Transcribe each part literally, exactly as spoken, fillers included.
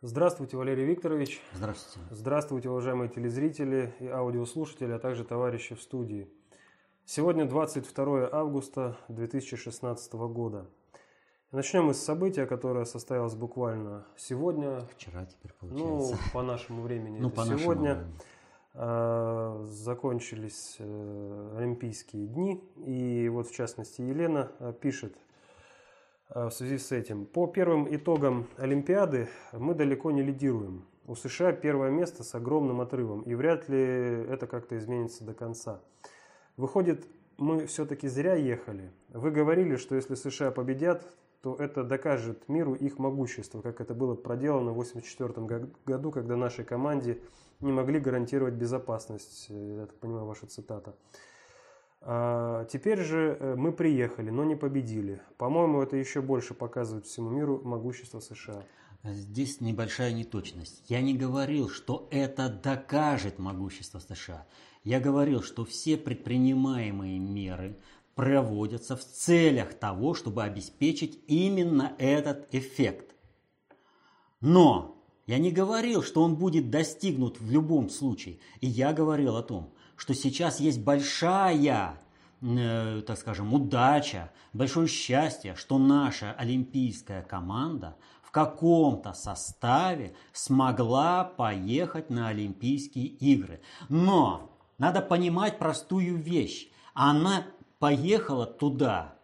Здравствуйте, Валерий Викторович. Здравствуйте. Здравствуйте, уважаемые телезрители и аудиослушатели, а также товарищи в студии. Сегодня двадцать второе августа две тысячи шестнадцатого года. Начнем мы с события, которое состоялось буквально сегодня. Вчера теперь получается. Ну, по нашему времени ну, это по сегодня. А, закончились а, Олимпийские дни. И вот, в частности, Елена а, пишет в связи с этим. По первым итогам Олимпиады мы далеко не лидируем. У США первое место с огромным отрывом, и вряд ли это как-то изменится до конца. Выходит, мы все-таки зря ехали. Вы говорили, что если США победят, то это докажет миру их могущество, как это было проделано в тысяча девятьсот восемьдесят четвёртом году, когда нашей команде не могли гарантировать безопасность. Я так понимаю, ваша цитата. А теперь же мы приехали, но не победили. По-моему, это еще больше показывает всему миру могущество США. Здесь небольшая неточность. Я не говорил, что это докажет могущество США. Я говорил, что все предпринимаемые меры проводятся в целях того, чтобы обеспечить именно этот эффект. Но я не говорил, что он будет достигнут в любом случае. И я говорил о том, что сейчас есть большая, э, так скажем, удача, большое счастье, что наша олимпийская команда в каком-то составе смогла поехать на Олимпийские игры. Но надо понимать простую вещь. Она поехала туда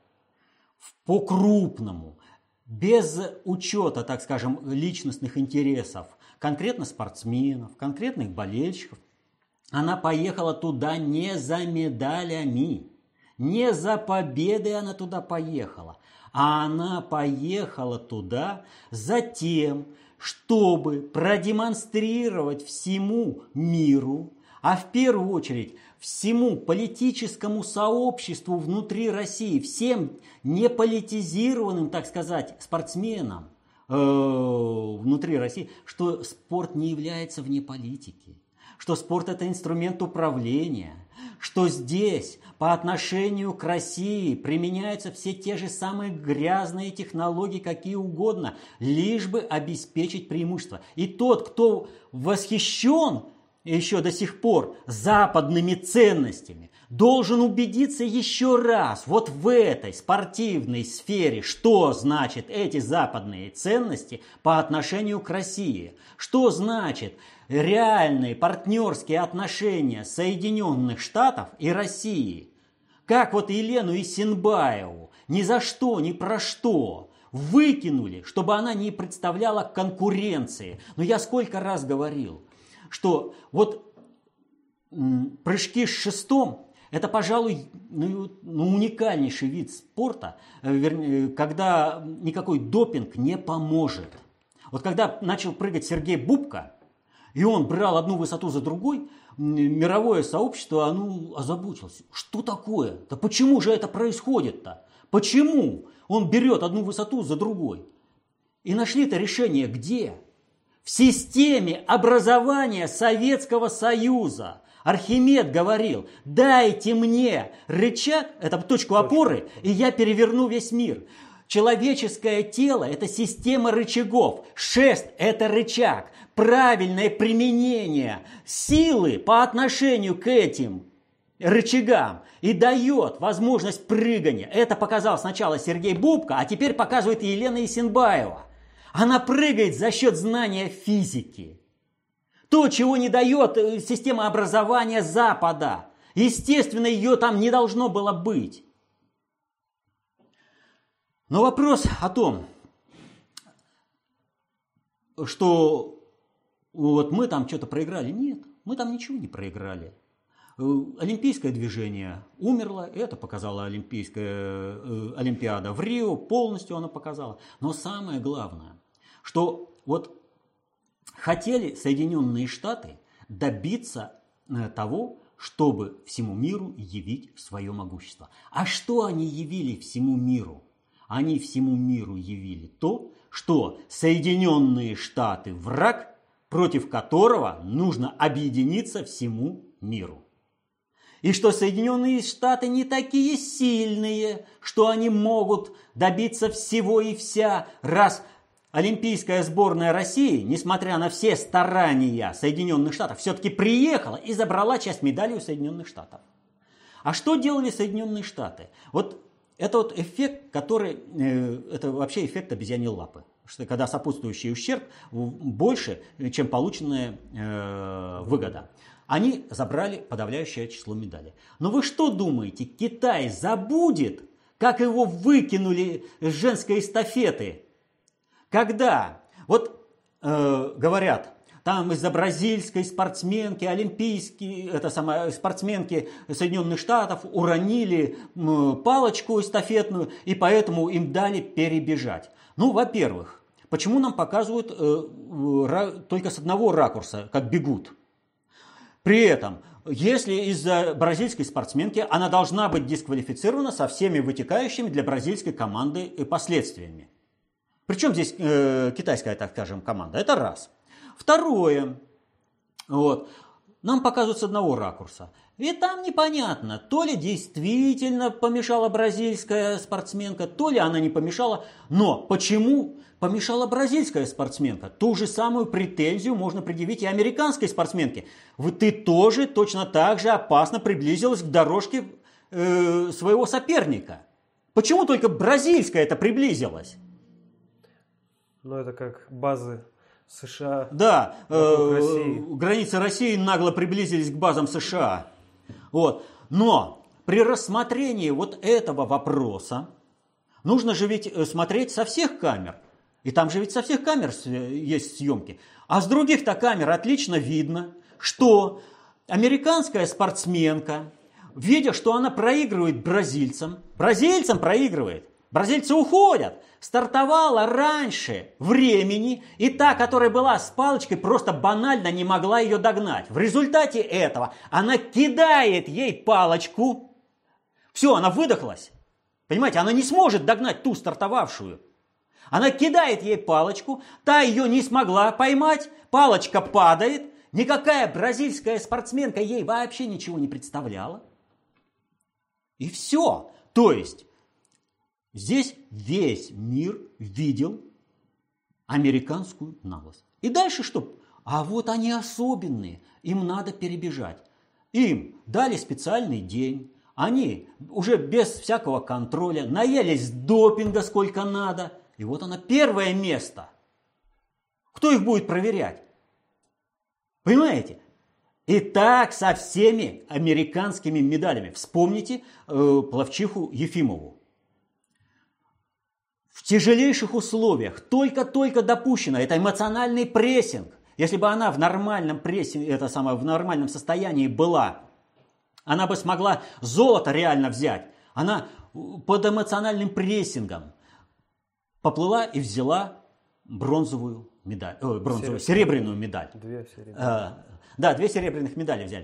по-крупному, без учета, так скажем, личностных интересов, конкретно спортсменов, конкретных болельщиков. Она поехала туда не за медалями, не за победой она туда поехала, а она поехала туда за тем, чтобы продемонстрировать всему миру, а в первую очередь всему политическому сообществу внутри России, всем неполитизированным, так сказать, спортсменам э, внутри России, что спорт не является вне политики. Что спорт – это инструмент управления, что здесь по отношению к России применяются все те же самые грязные технологии, какие угодно, лишь бы обеспечить преимущество. И тот, кто восхищен еще до сих пор западными ценностями, должен убедиться еще раз вот в этой спортивной сфере, что значит эти западные ценности по отношению к России, что значит реальные партнерские отношения Соединенных Штатов и России. Как вот Елену Исенбаеву ни за что, ни про что выкинули, чтобы она не представляла конкуренции. Но я сколько раз говорил, что вот м, прыжки с шестом – это, пожалуй, ну, ну, уникальнейший вид спорта, э, вернее, когда никакой допинг не поможет. Вот когда начал прыгать Сергей Бубка, и он брал одну высоту за другой, мировое сообщество оно озабочилось. Что такое? Да почему же это происходит-то? Почему он берет одну высоту за другой? И нашли-то решение где? В системе образования Советского Союза. Архимед говорил: дайте мне рычаг, это точку опоры, и я переверну весь мир. Человеческое тело – это система рычагов. Шест – это рычаг. Правильное применение силы по отношению к этим рычагам и дает возможность прыгания. Это показал сначала Сергей Бубка, а теперь показывает Елена Исенбаева. Она прыгает за счет знания физики. То, чего не дает система образования Запада. Естественно, ее там не должно было быть. Но вопрос о том, что вот мы там что-то проиграли. Нет, мы там ничего не проиграли. Олимпийское движение умерло, это показала Олимпийская э, Олимпиада в Рио, полностью она показала. Но самое главное, что вот хотели Соединенные Штаты добиться э, того, чтобы всему миру явить свое могущество. А что они явили всему миру? Они всему миру явили то, что Соединенные Штаты – враг, против которого нужно объединиться всему миру. И что Соединенные Штаты не такие сильные, что они могут добиться всего и вся, раз олимпийская сборная России, несмотря на все старания Соединенных Штатов, все-таки приехала и забрала часть медалей у Соединенных Штатов. А что делали Соединенные Штаты? Вот это вот эффект, который, э, это вообще эффект обезьяньей лапы. Что когда сопутствующий ущерб больше, чем полученная э, выгода. Они забрали подавляющее число медалей. Но вы что думаете, Китай забудет, как его выкинули с женской эстафеты? Когда, вот э, говорят, там из-за бразильской спортсменки, олимпийские, это самое, спортсменки Соединенных Штатов уронили м, палочку эстафетную, и поэтому им дали перебежать. Ну, во-первых, почему нам показывают э, ра, только с одного ракурса, как бегут? При этом, если из-за бразильской спортсменки, она должна быть дисквалифицирована со всеми вытекающими для бразильской команды последствиями. Причем здесь э, китайская, так скажем, команда? Это раз. Второе. Вот. Нам показывают с одного ракурса. И там непонятно, то ли действительно помешала бразильская спортсменка, то ли она не помешала. Но почему помешала бразильская спортсменка? Ту же самую претензию можно предъявить и американской спортсменке. Вы, ты тоже точно так же опасно приблизилась к дорожке э, своего соперника. Почему только бразильская это приблизилась? Ну, это как базы США. Да, э, России. границы России нагло приблизились к базам США. Вот. Но при рассмотрении вот этого вопроса нужно же ведь смотреть со всех камер. И там же ведь со всех камер есть съемки. А с других-то камер отлично видно, что американская спортсменка, видя, что она проигрывает бразильцам, бразильцам проигрывает, бразильцы уходят, стартовала раньше времени, и та, которая была с палочкой, просто банально не могла ее догнать. В результате этого она кидает ей палочку, все, она выдохлась. Понимаете, она не сможет догнать ту стартовавшую. Она кидает ей палочку, та ее не смогла поймать, палочка падает, никакая бразильская спортсменка ей вообще ничего не представляла. И все. То есть здесь весь мир видел американскую наглость. И дальше что? А вот они особенные, им надо перебежать. Им дали специальный день, они уже без всякого контроля наелись допинга сколько надо. И вот оно первое место. Кто их будет проверять? Понимаете? И так со всеми американскими медалями. Вспомните э, пловчиху Ефимову. В тяжелейших условиях, только-только допущено, это эмоциональный прессинг. Если бы она в нормальном прессинге, это самое, в нормальном состоянии была, она бы смогла золото реально взять. Она под эмоциональным прессингом поплыла и взяла бронзовую медаль, о, бронзовую, серебряную медаль. Две серебряные. А, да, две серебряных медали взяли.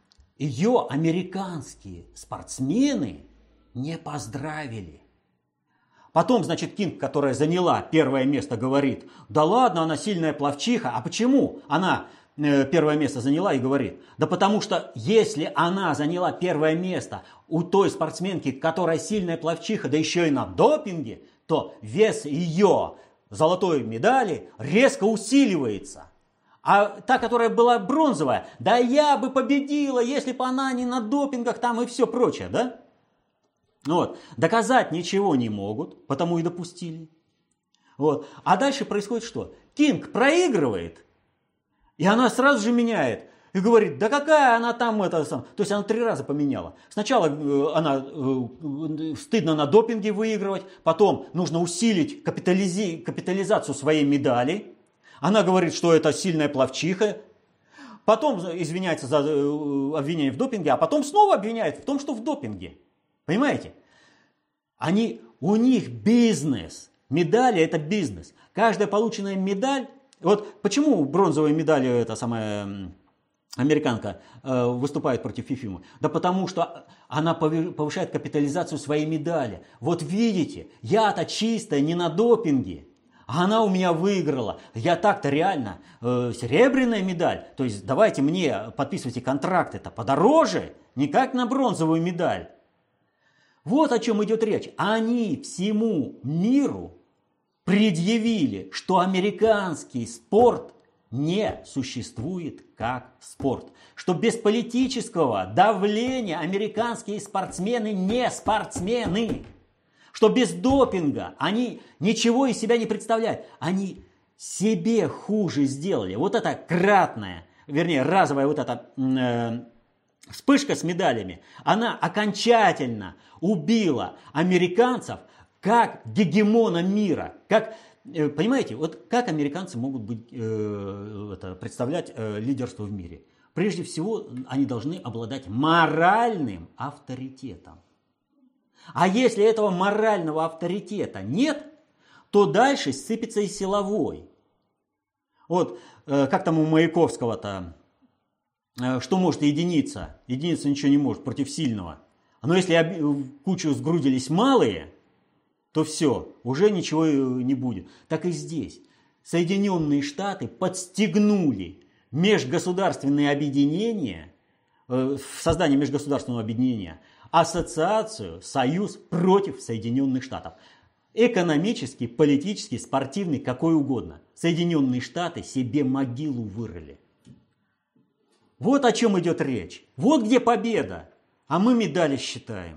Ее американские спортсмены не поздравили. Потом, значит, Кинг, которая заняла первое место, говорит, да ладно, она сильная пловчиха. А почему она э, первое место заняла и говорит? Да потому что если она заняла первое место у той спортсменки, которая сильная пловчиха, да еще и на допинге, то вес ее золотой медали резко усиливается. А та, которая была бронзовая, да я бы победила, если бы она не на допингах там и все прочее, да? Вот. Доказать ничего не могут, потому и допустили. Вот. А дальше происходит что? Кинг проигрывает, и она сразу же меняет. И говорит, да какая она там, это, то есть она три раза поменяла. Сначала э, она э, стыдно на допинге выигрывать, потом нужно усилить капитализи, капитализацию своей медали. Она говорит, что это сильная пловчиха. Потом извиняется за э, обвинение в допинге, а потом снова обвиняет в том, что в допинге. Понимаете? Они, у них бизнес. Медали – это бизнес. Каждая полученная медаль. Вот почему бронзовые медали, это самая американка, э, выступает против Ефимовой? Да потому что она повышает капитализацию своей медали. Вот видите, я-то чистая, не на допинге. А она у меня выиграла. Я так-то реально э, серебряная медаль. То есть давайте мне подписывайте контракты-то подороже, не как на бронзовую медаль. Вот о чем идет речь. Они всему миру предъявили, что американский спорт не существует как спорт. Что без политического давления американские спортсмены не спортсмены. Что без допинга они ничего из себя не представляют. Они себе хуже сделали. Вот это кратная, вернее, разовая вот эта э, вспышка с медалями, она окончательно убила американцев как гегемона мира. Как, э, понимаете, вот как американцы могут быть, э, это, представлять э, лидерство в мире? Прежде всего, они должны обладать моральным авторитетом. А если этого морального авторитета нет, то дальше сыпется и силовой. Вот э, как там у Маяковского-то, э, что может единица? Единица ничего не может против сильного. Но если об, кучу сгрудились малые, то все, уже ничего не будет. Так и здесь. Соединенные Штаты подстегнули межгосударственные объединения, э, в создании межгосударственного объединения, ассоциацию, союз против Соединенных Штатов. Экономический, политический, спортивный, какой угодно. Соединенные Штаты себе могилу вырыли. Вот о чем идет речь. Вот где победа. А мы медали считаем.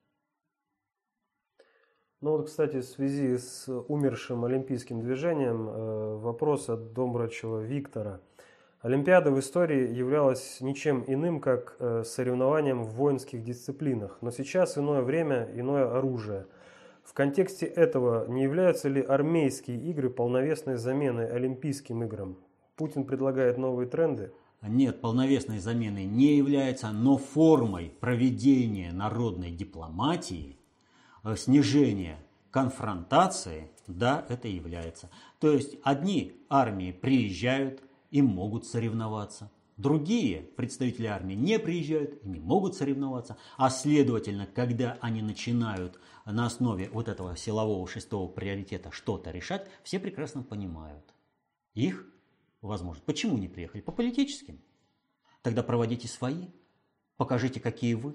Ну вот, кстати, в связи с умершим олимпийским движением, э, вопрос от Домрачева Виктора. Олимпиада в истории являлась ничем иным, как э, соревнованием в воинских дисциплинах. Но сейчас иное время, иное оружие. В контексте этого не являются ли армейские игры полновесной заменой Олимпийским играм? Путин предлагает новые тренды? Нет, полновесной заменой не является, но формой проведения народной дипломатии, снижения конфронтации, да, это является. То есть одни армии приезжают и могут соревноваться. Другие представители армии не приезжают и не могут соревноваться. А следовательно, когда они начинают на основе вот этого силового шестого приоритета что-то решать, все прекрасно понимают их возможность. Почему не приехали? По политическим. Тогда проводите свои. Покажите, какие вы.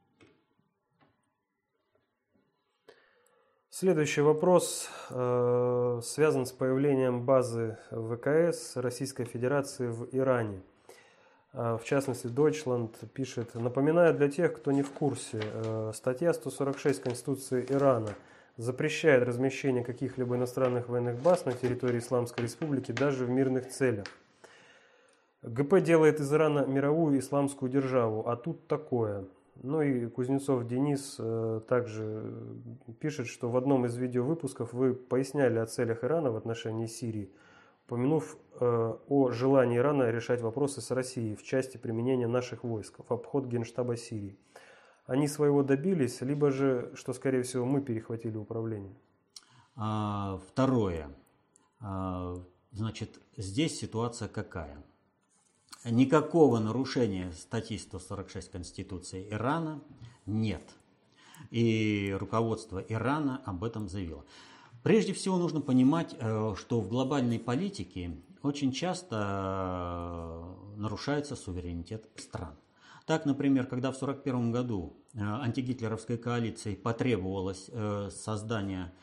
Следующий вопрос э, связан с появлением базы ВКС Российской Федерации в Иране. Э, в частности, Deutschland пишет: напоминаю для тех, кто не в курсе, э, статья сто сорок шесть Конституции Ирана запрещает размещение каких-либо иностранных военных баз на территории Исламской Республики даже в мирных целях. ГП делает из Ирана мировую исламскую державу, а тут такое. Ну и Кузнецов Денис э, также пишет, что в одном из видеовыпусков вы поясняли о целях Ирана в отношении Сирии, упомянув э, о желании Ирана решать вопросы с Россией в части применения наших войск в обход Генштаба Сирии. Они своего добились, либо же, что скорее всего, мы перехватили управление? А, второе. А, значит, здесь ситуация какая? Никакого нарушения статьи сто сорок шесть Конституции Ирана нет. И руководство Ирана об этом заявило. Прежде всего нужно понимать, что в глобальной политике очень часто нарушается суверенитет стран. Так, например, когда в сорок первом году антигитлеровской коалиции потребовалось создание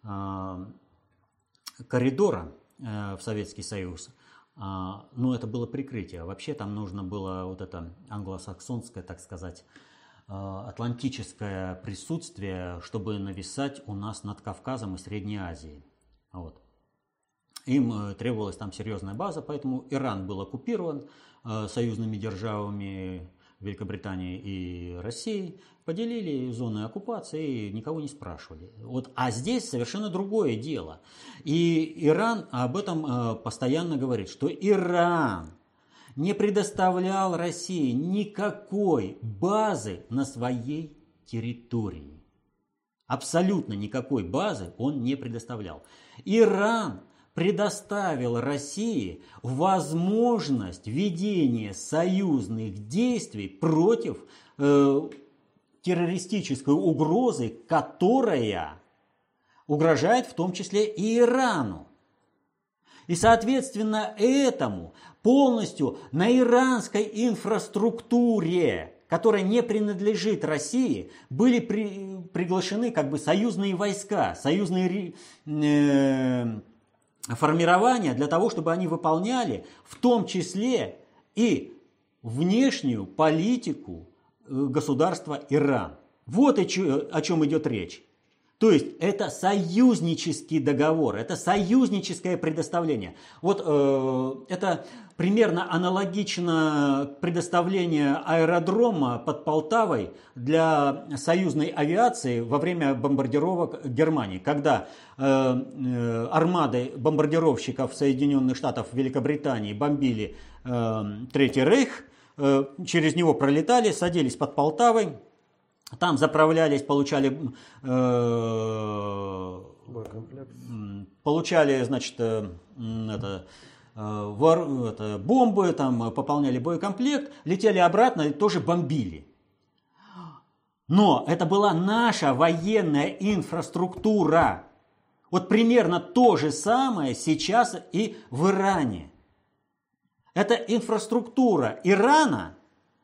коридора в Советский Союз, но это было прикрытие. Вообще там нужно было вот это англосаксонское, так сказать, атлантическое присутствие, чтобы нависать у нас над Кавказом и Средней Азией. Вот. Им требовалась там серьезная база, поэтому Иран был оккупирован союзными державами Великобританией и Россией, поделили зоны оккупации и никого не спрашивали. Вот, а здесь совершенно другое дело. И Иран об этом постоянно говорит, что Иран не предоставлял России никакой базы на своей территории. Абсолютно никакой базы он не предоставлял. Иран предоставил России возможность ведения союзных действий против э, террористической угрозы, которая угрожает в том числе и Ирану. И, соответственно, этому полностью на иранской инфраструктуре, которая не принадлежит России, были при, приглашены как бы союзные войска, союзные э, формирования для того, чтобы они выполняли в том числе и внешнюю политику государства Иран. Вот о чем идет речь. То есть это союзнический договор, это союзническое предоставление. Вот э, это примерно аналогично предоставлению аэродрома под Полтавой для союзной авиации во время бомбардировок Германии, когда э, э, армады бомбардировщиков Соединенных Штатов Великобритании бомбили э, Третий Рейх, э, через него пролетали, садились под Полтавой. Там заправлялись, получали, э, получали, значит, э, это, э, вор, это, бомбы, там, пополняли боекомплект, летели обратно и тоже бомбили. Но это была наша военная инфраструктура. Вот примерно то же самое сейчас и в Иране. Это инфраструктура Ирана.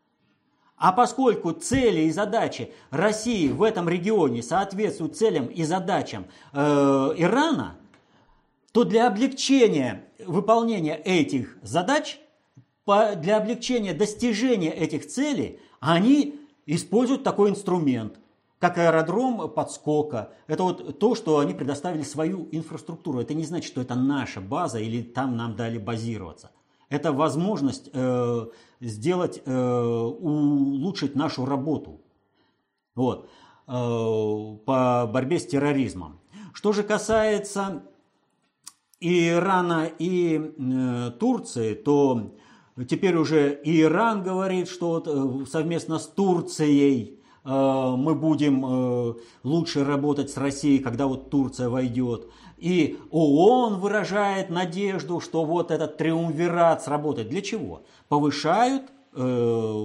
А поскольку цели и задачи России в этом регионе соответствуют целям и задачам э, Ирана, то для облегчения выполнения этих задач, по, для облегчения достижения этих целей, они используют такой инструмент, как аэродром подскока. Это вот то, что они предоставили свою инфраструктуру. Это не значит, что это наша база или там нам дали базироваться. Это возможность э, сделать, э, улучшить нашу работу вот, э, по борьбе с терроризмом. Что же касается Ирана и э, Турции, то теперь уже и Иран говорит, что вот, э, совместно с Турцией э, мы будем э, лучше работать с Россией, когда вот Турция войдет. И ООН выражает надежду, что вот этот триумвират сработает. Для чего? Повышают, э,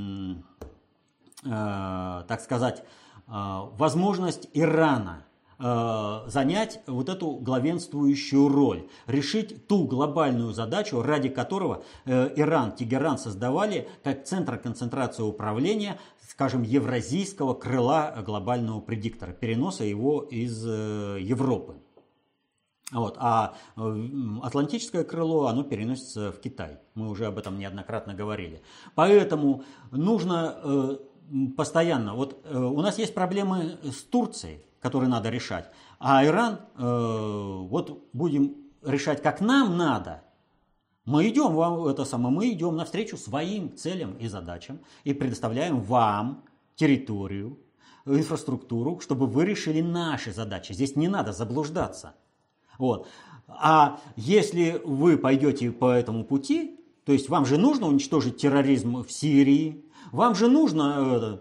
э, так сказать, э, возможность Ирана э, занять вот эту главенствующую роль, решить ту глобальную задачу, ради которого э, Иран, Тегеран создавали как центр концентрации управления, скажем, евразийского крыла глобального предиктора, переноса его из э, Европы. Вот, а атлантическое крыло, оно переносится в Китай. Мы уже об этом неоднократно говорили. Поэтому нужно э, постоянно... Вот э, у нас есть проблемы с Турцией, которые надо решать. А Иран, э, вот будем решать, как нам надо. Мы идем, вам, это самое, мы идем навстречу своим целям и задачам и предоставляем вам территорию, инфраструктуру, чтобы вы решили наши задачи. Здесь не надо заблуждаться. Вот. А если вы пойдете по этому пути, то есть вам же нужно уничтожить терроризм в Сирии, вам же нужно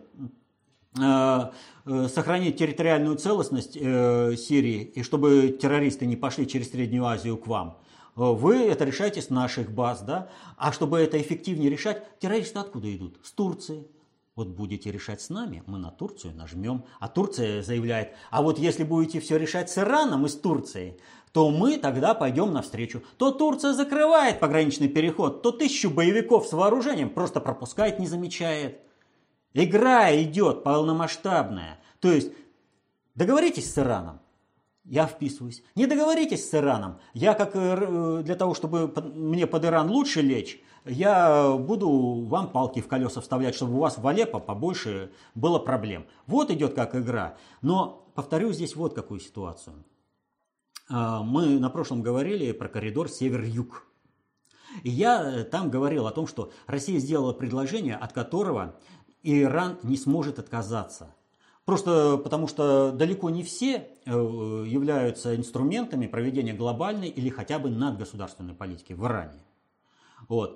э, э, сохранить территориальную целостность э, Сирии, и чтобы террористы не пошли через Среднюю Азию к вам, вы это решаете с наших баз, да? А чтобы это эффективнее решать, террористы откуда идут? С Турции. Вот будете решать с нами, мы на Турцию нажмем. А Турция заявляет, а вот если будете все решать с Ираном и с Турцией, то мы тогда пойдем навстречу. То Турция закрывает пограничный переход, то тысячу боевиков с вооружением просто пропускает, не замечает. Игра идет полномасштабная. То есть договоритесь с Ираном, я вписываюсь. Не договоритесь с Ираном, я как для того, чтобы мне под Иран лучше лечь, я буду вам палки в колеса вставлять, чтобы у вас в Алеппо побольше было проблем. Вот идет как игра. Но повторю здесь вот какую ситуацию. Мы на прошлом говорили про коридор север-юг. И я там говорил о том, что Россия сделала предложение, от которого Иран не сможет отказаться. Просто потому что далеко не все являются инструментами проведения глобальной или хотя бы надгосударственной политики в Иране. Вот.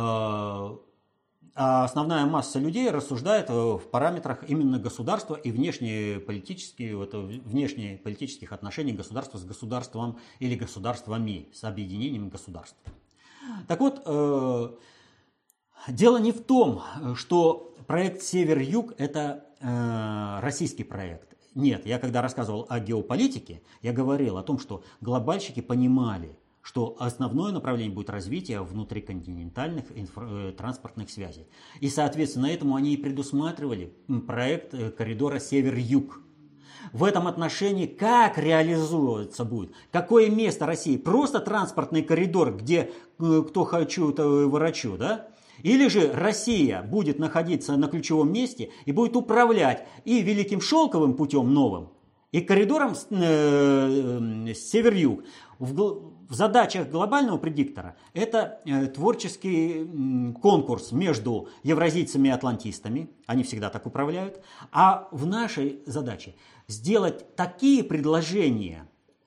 А основная масса людей рассуждает в параметрах именно государства и внешнеполитических, вот, внешнеполитических отношений государства с государством или государствами, с объединением государств. Так вот, э, дело не в том, что проект «Север-Юг» – это э, российский проект. Нет, я когда рассказывал о геополитике, я говорил о том, что глобальщики понимали, что основное направление будет развитие внутриконтинентальных инфра- транспортных связей. И, соответственно, этому они и предусматривали проект коридора север-юг. В этом отношении как реализуется будет? Какое место России? Просто транспортный коридор, где кто хочу, то ворочу, да? Или же Россия будет находиться на ключевом месте и будет управлять и Великим Шелковым путем новым, и коридором э, север-юг. В, в задачах глобального предиктора это э, творческий э, конкурс между евразийцами и атлантистами, они всегда так управляют, а в нашей задаче сделать такие предложения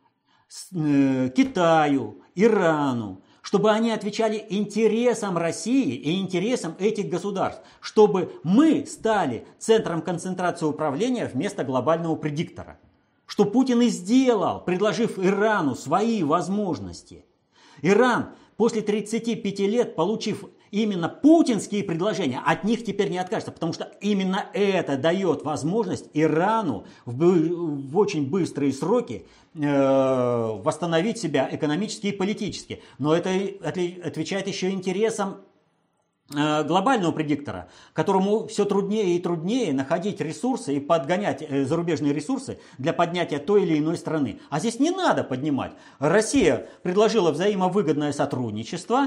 э, Китаю, Ирану, чтобы они отвечали интересам России и интересам этих государств, чтобы мы стали центром концентрации управления вместо глобального предиктора. Что Путин и сделал, предложив Ирану свои возможности. Иран после тридцати пяти лет, получив именно путинские предложения, от них теперь не откажется, потому что именно это дает возможность Ирану в, в очень быстрые сроки э, восстановить себя экономически и политически. Но это отвечает еще интересам глобального предиктора, которому все труднее и труднее находить ресурсы и подгонять зарубежные ресурсы для поднятия той или иной страны. А здесь не надо поднимать. Россия предложила взаимовыгодное сотрудничество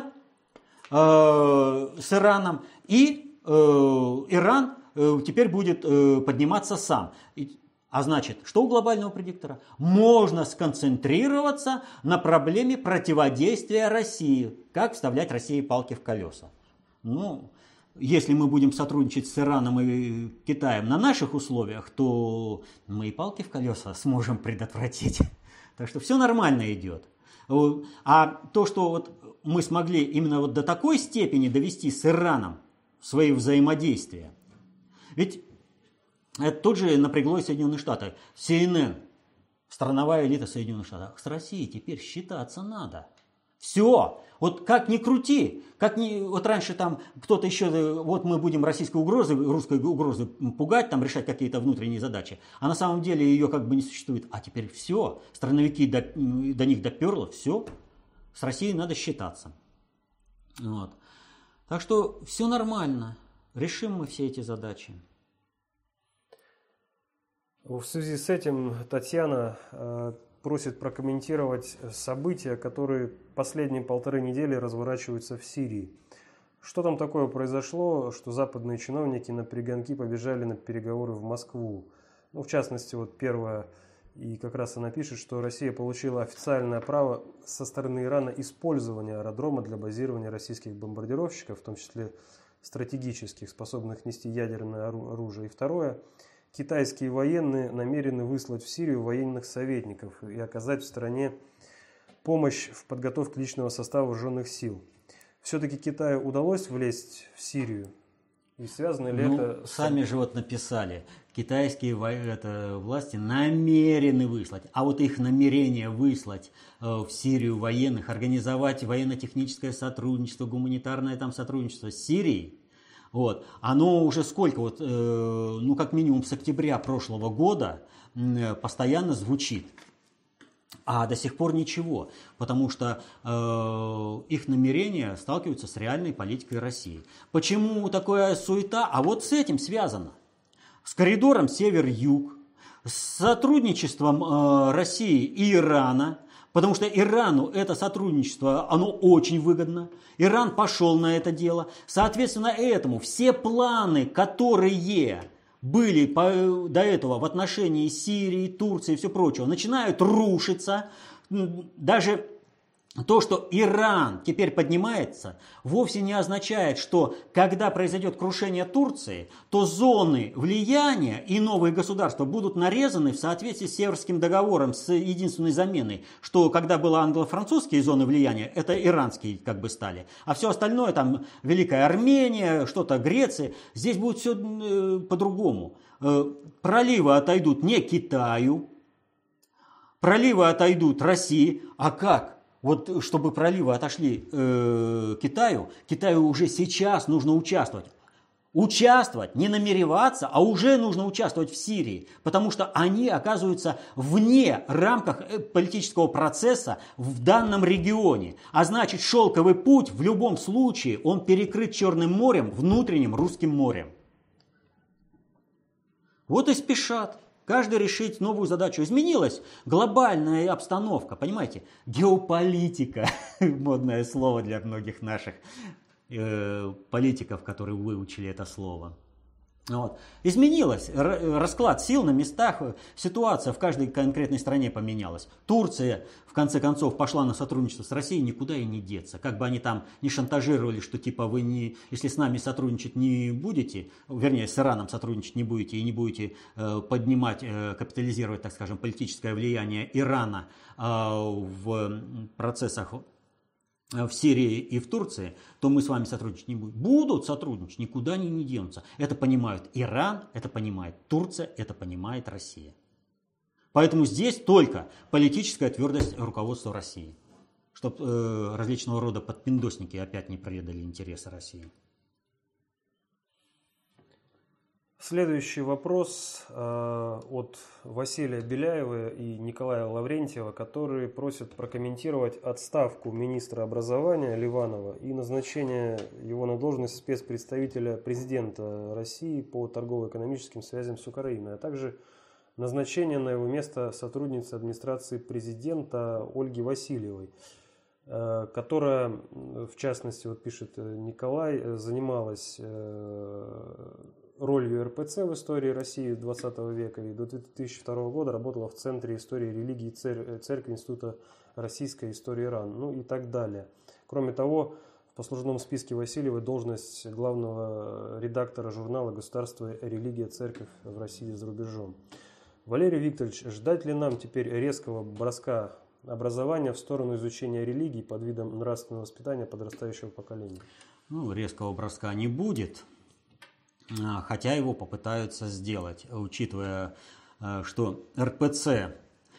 э, с Ираном, и э, Иран э, теперь будет э, подниматься сам. А значит, что у глобального предиктора? Можно сконцентрироваться на проблеме противодействия России. Как вставлять России палки в колеса. Ну, если мы будем сотрудничать с Ираном и Китаем на наших условиях, то мы и палки в колеса сможем предотвратить. Так что все нормально идет. А то, что вот мы смогли именно вот до такой степени довести с Ираном свои взаимодействия, ведь это тут же напрягло и Соединенные Штаты. Си Эн Эн, страновая элита Соединенных Штатов. С Россией теперь считаться надо. Все. Вот как ни крути, как ни, вот раньше там кто-то еще, вот мы будем российской угрозы, русской угрозы пугать, там решать какие-то внутренние задачи, а на самом деле ее как бы не существует. А теперь все, страновики до, до них доперло, все, с Россией надо считаться. Вот. Так что все нормально, решим мы все эти задачи. В связи с этим Татьяна э, просит прокомментировать события, которые последние полторы недели разворачиваются в Сирии. Что там такое произошло, что западные чиновники на перегонки побежали на переговоры в Москву? Ну, в частности, вот первое, и как раз она пишет, что Россия получила официальное право со стороны Ирана использования аэродрома для базирования российских бомбардировщиков, в том числе стратегических, способных нести ядерное оружие. И второе, китайские военные намерены выслать в Сирию военных советников и оказать в стране помощь в подготовке личного состава вооруженных сил. Все-таки Китаю удалось влезть в Сирию? И связано ли ну, это... Сами же вот написали, китайские это, власти намерены выслать, а вот их намерение выслать э, в Сирию военных, организовать военно-техническое сотрудничество, гуманитарное там сотрудничество с Сирией, вот, оно уже сколько, вот, э, ну как минимум с октября прошлого года э, постоянно звучит. А до сих пор ничего, потому что э, их намерения сталкиваются с реальной политикой России. Почему такая суета? А вот с этим связано. С коридором север-юг, с сотрудничеством э, России и Ирана, потому что Ирану это сотрудничество, оно очень выгодно. Иран пошел на это дело. Соответственно, этому все планы, которые были по, до этого в отношении Сирии, Турции и все прочего, начинают рушиться. Даже то, что Иран теперь поднимается, вовсе не означает, что когда произойдет крушение Турции, то зоны влияния и новые государства будут нарезаны в соответствии с Северским договором с единственной заменой, что когда были англо-французские зоны влияния, это иранские как бы стали, а все остальное, там Великая Армения, что-то Греция, здесь будет все э, по-другому. Э, проливы отойдут не Китаю, проливы отойдут России, а как? Вот чтобы проливы отошли э, Китаю, Китаю уже сейчас нужно участвовать. Участвовать, не намереваться, а уже нужно участвовать в Сирии, потому что они оказываются вне рамках политического процесса в данном регионе. А значит, шелковый путь в любом случае, он перекрыт Черным морем, внутренним Русским морем. Вот и спешат. Каждый решить новую задачу. Изменилась глобальная обстановка, понимаете? Геополитика, модное слово для многих наших э, политиков, которые выучили это слово. Вот. Изменилось, расклад сил на местах, ситуация в каждой конкретной стране поменялась. Турция, в конце концов, пошла на сотрудничество с Россией, никуда и не деться. Как бы они там не шантажировали, что типа вы не, если с нами сотрудничать не будете, вернее, с Ираном сотрудничать не будете и не будете э, поднимать, э, капитализировать, так скажем, политическое влияние Ирана э, в процессах в Сирии и в Турции, то мы с вами сотрудничать не будем. Будут сотрудничать, никуда они не денутся. Это понимают Иран, это понимает Турция, это понимает Россия. Поэтому здесь только политическая твердость руководства России, чтобы э, различного рода подпиндосники опять не предали интересы России. Следующий вопрос э, от Василия Беляева и Николая Лаврентьева, которые просят прокомментировать отставку министра образования Ливанова и назначение его на должность спецпредставителя президента России по торгово-экономическим связям с Украиной, а также назначение на его место сотрудницы администрации президента Ольги Васильевой, э, которая, в частности, вот пишет Николай, занималась э, ролью эр пэ цэ в истории России двадцатого века и до две тысячи второго года работала в Центре истории религии Церкви Института российской истории Иран, ну и так далее. Кроме того, в послужном списке Васильевой должность главного редактора журнала «Государство, религия, церковь в России и за рубежом». Валерий Викторович, ждать ли нам теперь резкого броска образования в сторону изучения религии под видом нравственного воспитания подрастающего поколения? Ну, резкого броска не будет. Хотя его попытаются сделать, учитывая, что эр пэ цэ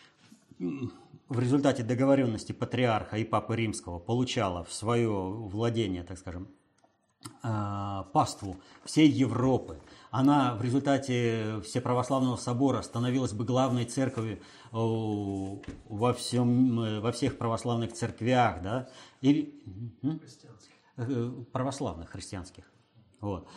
в результате договоренности патриарха и папы Римского получала в свое владение, так скажем, паству всей Европы. Она в результате Всеправославного собора становилась бы главной церковью во, всем, во всех православных церквях, да? Или, православных, христианских. Вот.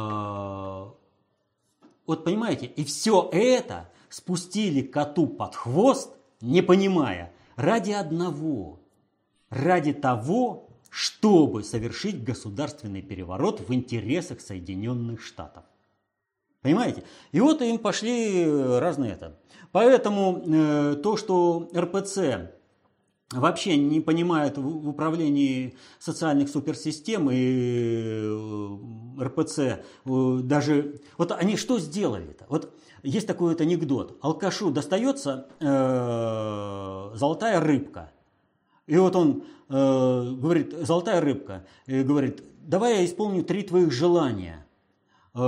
Вот понимаете, и все это спустили коту под хвост, не понимая, ради одного, ради того, чтобы совершить государственный переворот в интересах Соединенных Штатов. Понимаете? И вот им пошли разные это. Поэтому э, то, что эр пэ цэ вообще не понимает в управлении социальных суперсистем, и эр пэ цэ даже... Вот они что сделали-то? Вот есть такой вот анекдот. Алкашу достается э, золотая рыбка. И вот он э, говорит, золотая рыбка, и говорит, давай я исполню три твоих желания. Э,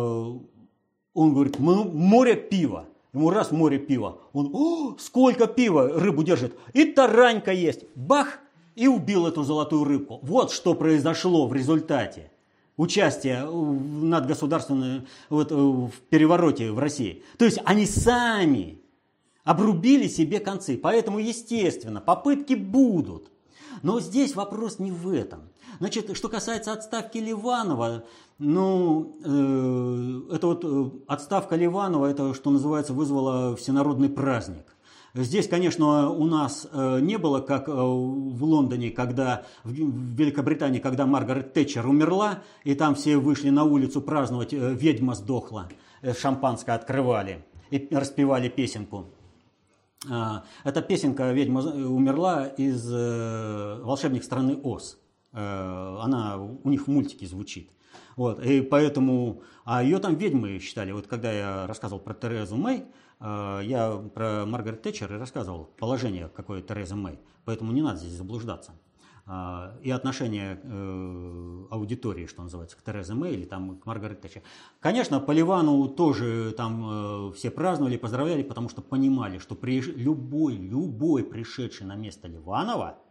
он говорит, море пива. Ему раз море пива. Он, о, сколько пива, рыбу держит. И таранька есть. Бах! И убил эту золотую рыбку. Вот что произошло в результате участия надгосударственного вот, в перевороте в России. То есть они сами обрубили себе концы. Поэтому, естественно, попытки будут. Но здесь вопрос не в этом. Значит, что касается отставки Ливанова, ну, э, это вот э, отставка Ливанова, это, что называется, вызвало всенародный праздник. Здесь, конечно, у нас э, не было, как э, в Лондоне, когда, в, в Великобритании, когда Маргарет Тэтчер умерла, и там все вышли на улицу праздновать, э, ведьма сдохла, э, шампанское открывали и распевали песенку. Э, эта песенка «Ведьма умерла» из э, «Волшебник страны Оз». Э, она у них в мультике звучит. Вот, и поэтому, а ее там ведьмы считали. Вот когда я рассказывал про Терезу Мэй, я про Маргарет Тэтчер и рассказывал положение, какое Тереза Мэй. Поэтому не надо здесь заблуждаться. И отношение аудитории, что называется, к Терезе Мэй или там, к Маргарет Тэтчер. Конечно, по Ливану тоже там все праздновали, поздравляли, потому что понимали, что при, любой, любой пришедший на место Ливанова,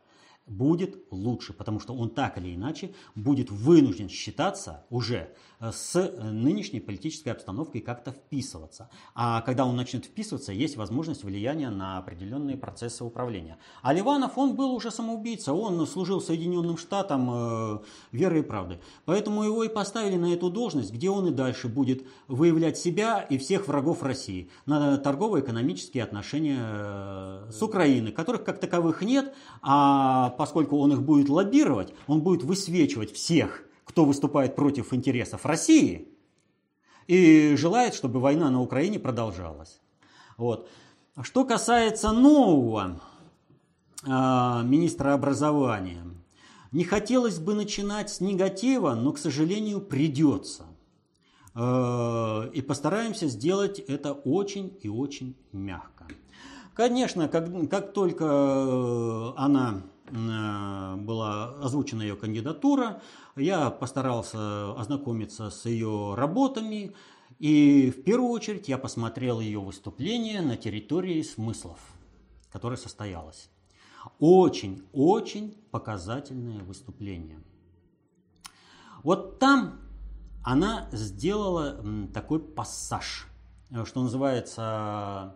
будет лучше, потому что он так или иначе будет вынужден считаться уже с нынешней политической обстановкой, как-то вписываться. А когда он начнет вписываться, есть возможность влияния на определенные процессы управления. А Ливанов, он был уже самоубийца, он служил Соединенным Штатам э, верой и правдой. Поэтому его и поставили на эту должность, где он и дальше будет выявлять себя и всех врагов России на торгово-экономические отношения э, с Украиной, которых как таковых нет, а поскольку он их будет лоббировать, он будет высвечивать всех, кто выступает против интересов России и желает, чтобы война на Украине продолжалась. Вот. Что касается нового э, министра образования, не хотелось бы начинать с негатива, но, к сожалению, придется. Э, и постараемся сделать это очень и очень мягко. Конечно, как, как только она была озвучена ее кандидатура, я постарался ознакомиться с ее работами, и в первую очередь я посмотрел ее выступление на территории смыслов, которое состоялось. Очень-очень показательное выступление. Вот там она сделала такой пассаж, что называется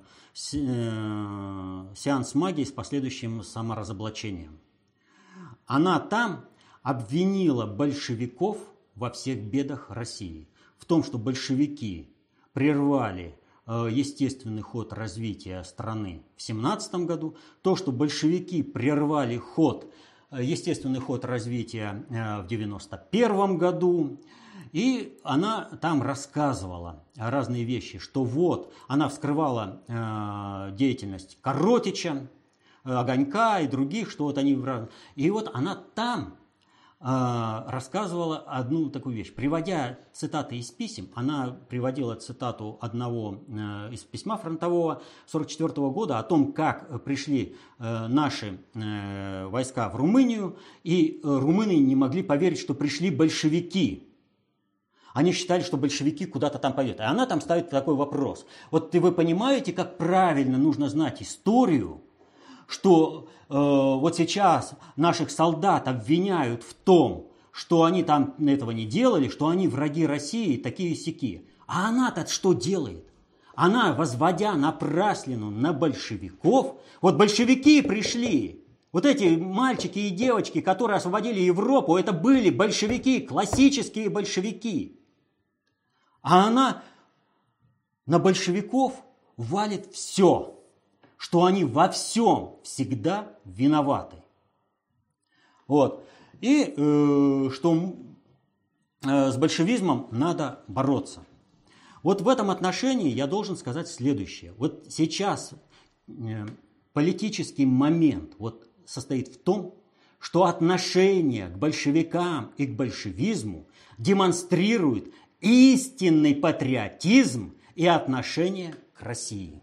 сеанс магии с последующим саморазоблачением. Она там обвинила большевиков во всех бедах России. В том, что большевики прервали естественный ход развития страны в семнадцатом году, то, что большевики прервали ход, естественный ход развития в девяносто первом году. И она там рассказывала разные вещи, что вот она вскрывала э, деятельность Коротича, Огонька и других, что вот они... И вот она там э, рассказывала одну такую вещь. Приводя цитаты из писем, она приводила цитату одного э, из письма фронтового сорок четвёртого года о том, как пришли э, наши э, войска в Румынию, и э, румыны не могли поверить, что пришли большевики. Они считали, что большевики куда-то там поедут. И она там ставит такой вопрос. Вот вы понимаете, как правильно нужно знать историю, что э, вот сейчас наших солдат обвиняют в том, что они там этого не делали, что они враги России, такие-сяки. А она-то что делает? Она, возводя напраслину на большевиков, вот большевики пришли, вот эти мальчики и девочки, которые освободили Европу, это были большевики, классические большевики. А она на большевиков валит все, что они во всем всегда виноваты. Вот. И э, что э, с большевизмом надо бороться. Вот в этом отношении я должен сказать следующее. Вот сейчас э, политический момент вот состоит в том, что отношение к большевикам и к большевизму демонстрирует истинный патриотизм и отношение к России.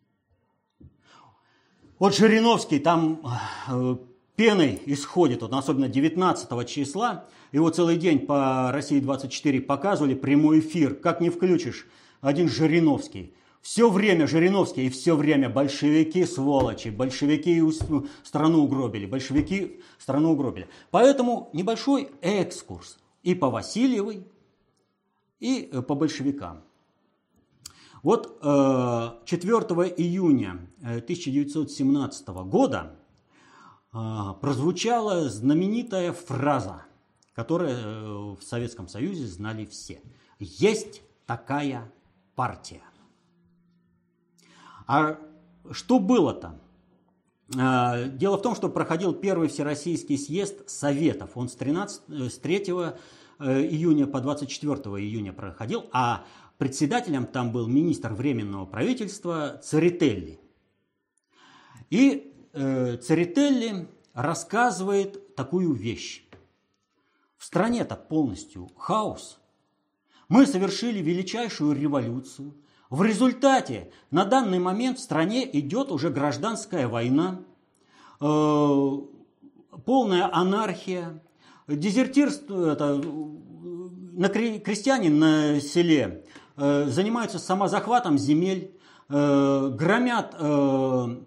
Вот Жириновский там э, пеной исходит, вот, особенно девятнадцатого числа, его целый день по России двадцать четыре показывали прямой эфир, как не включишь, один Жириновский. Все время Жириновский и все время большевики сволочи, большевики страну угробили, большевики страну угробили. Поэтому небольшой экскурс и по Васильевой, и по большевикам. Вот четвёртого июня тысяча девятьсот семнадцатого года прозвучала знаменитая фраза, которую в Советском Союзе знали все. Есть такая партия. А что было-то? Дело в том, что проходил первый Всероссийский съезд Советов. Он с, тринадцатого, с третьего июня по двадцать четвёртого июня проходил, а председателем там был министр Временного правительства Церетели. И э, Церетели рассказывает такую вещь. В стране-то полностью хаос. Мы совершили величайшую революцию. В результате на данный момент в стране идет уже гражданская война, э, полная анархия, дезертирство, это, на крестьяне на селе э, занимаются самозахватом земель, э, громят э,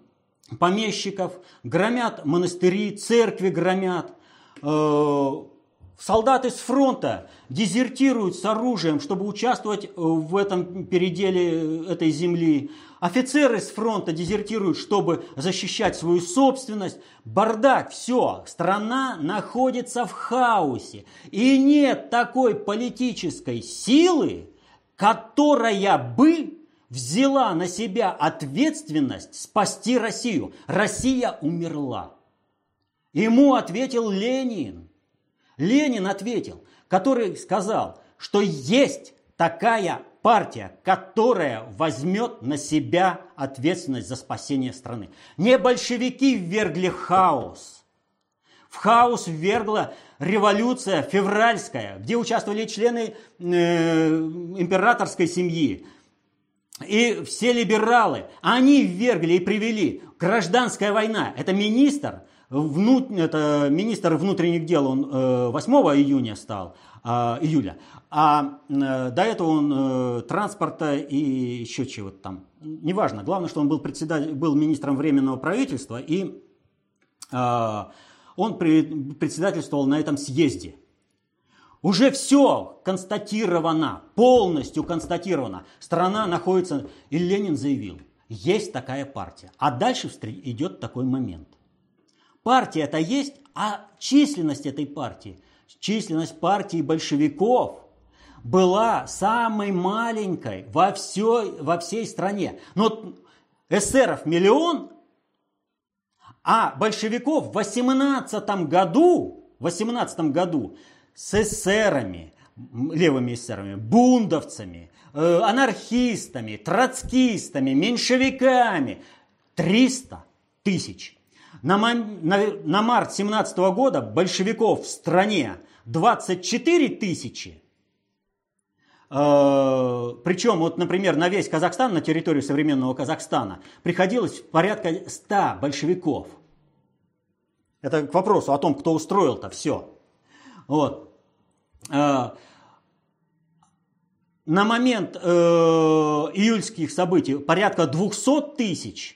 помещиков, громят монастыри, церкви громят. Солдаты с фронта дезертируют с оружием, чтобы участвовать в этом переделе этой земли. Офицеры с фронта дезертируют, чтобы защищать свою собственность. Бардак, все. Страна находится в хаосе. И нет такой политической силы, которая бы взяла на себя ответственность спасти Россию. Россия умерла. Ему ответил Ленин. Ленин ответил, который сказал, что есть такая партия, которая возьмет на себя ответственность за спасение страны. Не большевики ввергли хаос. В хаос ввергла революция февральская, где участвовали члены э, императорской семьи. И все либералы. Они ввергли и привели. Гражданская война. Это министр... Вну... Это министр внутренних дел, он э, восьмого июня стал, э, июля, а э, до этого он э, транспорта и еще чего-то там, неважно, главное, что он был, председатель, был министром временного правительства, и э, он при... председательствовал на этом съезде. Уже все констатировано, полностью констатировано, страна находится, и Ленин заявил, есть такая партия, а дальше идет такой момент. Партия-то есть, а численность этой партии, численность партии большевиков была самой маленькой во всей, во всей стране. Но эсеров миллион, а большевиков в восемнадцатом году, в восемнадцатом году с эсерами, левыми эсерами, бундовцами, э, анархистами, троцкистами, меньшевиками триста тысяч. На, на, на март семнадцатого года большевиков в стране двадцать четыре тысячи. Э, причем, вот, например, на весь Казахстан, на территорию современного Казахстана, приходилось порядка ста большевиков. Это к вопросу о том, кто устроил-то все. Вот. Э, на момент э, июльских событий порядка двухсот тысяч.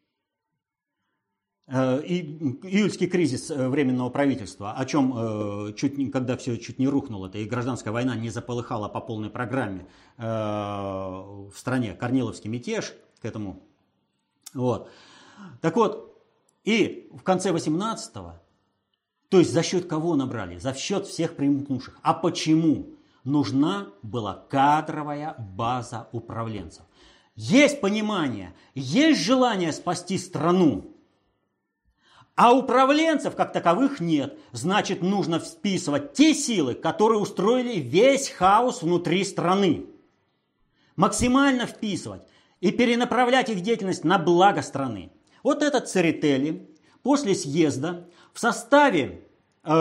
И июльский кризис временного правительства, о чем, чуть, когда все чуть не рухнуло, и гражданская война не заполыхала по полной программе в стране, Корниловский мятеж к этому. Вот. Так вот, и в конце восемнадцатого, то есть за счет кого набрали? За счет всех примкнувших. А почему? Нужна была кадровая база управленцев. Есть понимание, есть желание спасти страну. А управленцев как таковых нет. Значит, нужно вписывать те силы, которые устроили весь хаос внутри страны. Максимально вписывать и перенаправлять их деятельность на благо страны. Вот этот Церетели после съезда в составе э,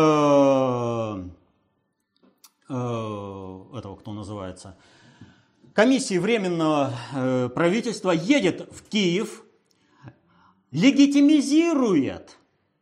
э, этого, кто называется, комиссии Временного э, правительства едет в Киев, легитимизирует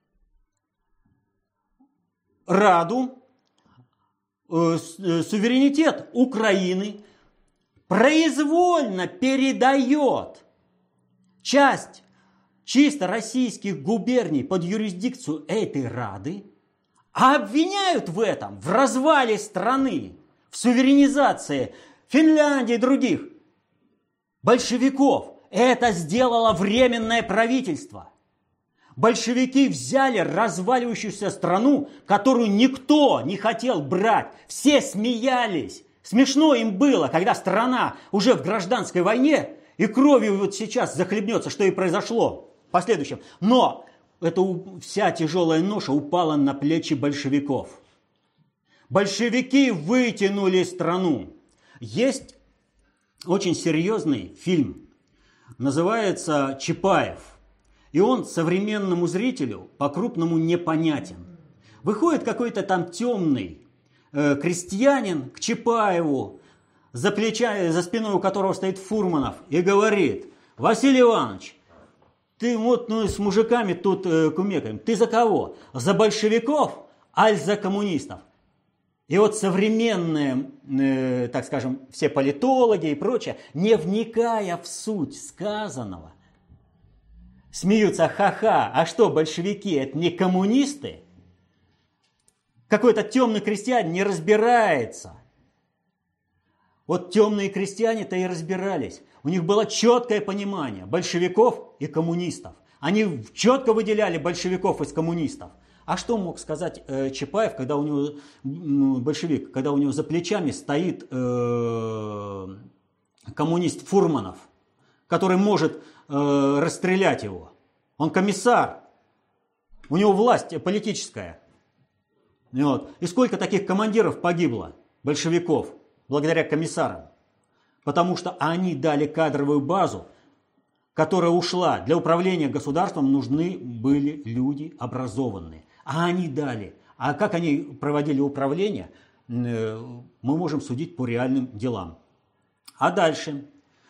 Раду, э, суверенитет Украины, произвольно передает часть чисто российских губерний под юрисдикцию этой Рады, а обвиняют в этом, в развале страны, в суверенизации Финляндии и других большевиков. Это сделало Временное правительство. Большевики взяли разваливающуюся страну, которую никто не хотел брать. Все смеялись. Смешно им было, когда страна уже в гражданской войне и кровью вот сейчас захлебнется, что и произошло в последующем. Но эта вся тяжелая ноша упала на плечи большевиков. Большевики вытянули страну. Есть очень серьезный фильм, называется «Чапаев». И он современному зрителю по-крупному непонятен. Выходит какой-то там темный э, крестьянин к Чапаеву, за, плеча, за спиной у которого стоит Фурманов, и говорит: Василий Иванович, ты вот ну, с мужиками тут э, кумекаем. Ты за кого? За большевиков, аль за коммунистов? И вот современные, э, так скажем, все политологи и прочее, не вникая в суть сказанного, Смеются, ха-ха, а что, большевики, это не коммунисты? Какой-то темный крестьянин не разбирается. Вот темные крестьяне-то и разбирались. У них было четкое понимание большевиков и коммунистов. Они четко выделяли большевиков из коммунистов. А что мог сказать э, Чапаев, когда у него, ну, большевик, когда у него за плечами стоит э, коммунист Фурманов, который может э, расстрелять его? Он комиссар, у него власть политическая. И, вот. И сколько таких командиров погибло, большевиков, благодаря комиссарам? Потому что они дали кадровую базу, которая ушла. Для управления государством нужны были люди образованные. А они дали. А как они проводили управление, мы можем судить по реальным делам. А дальше,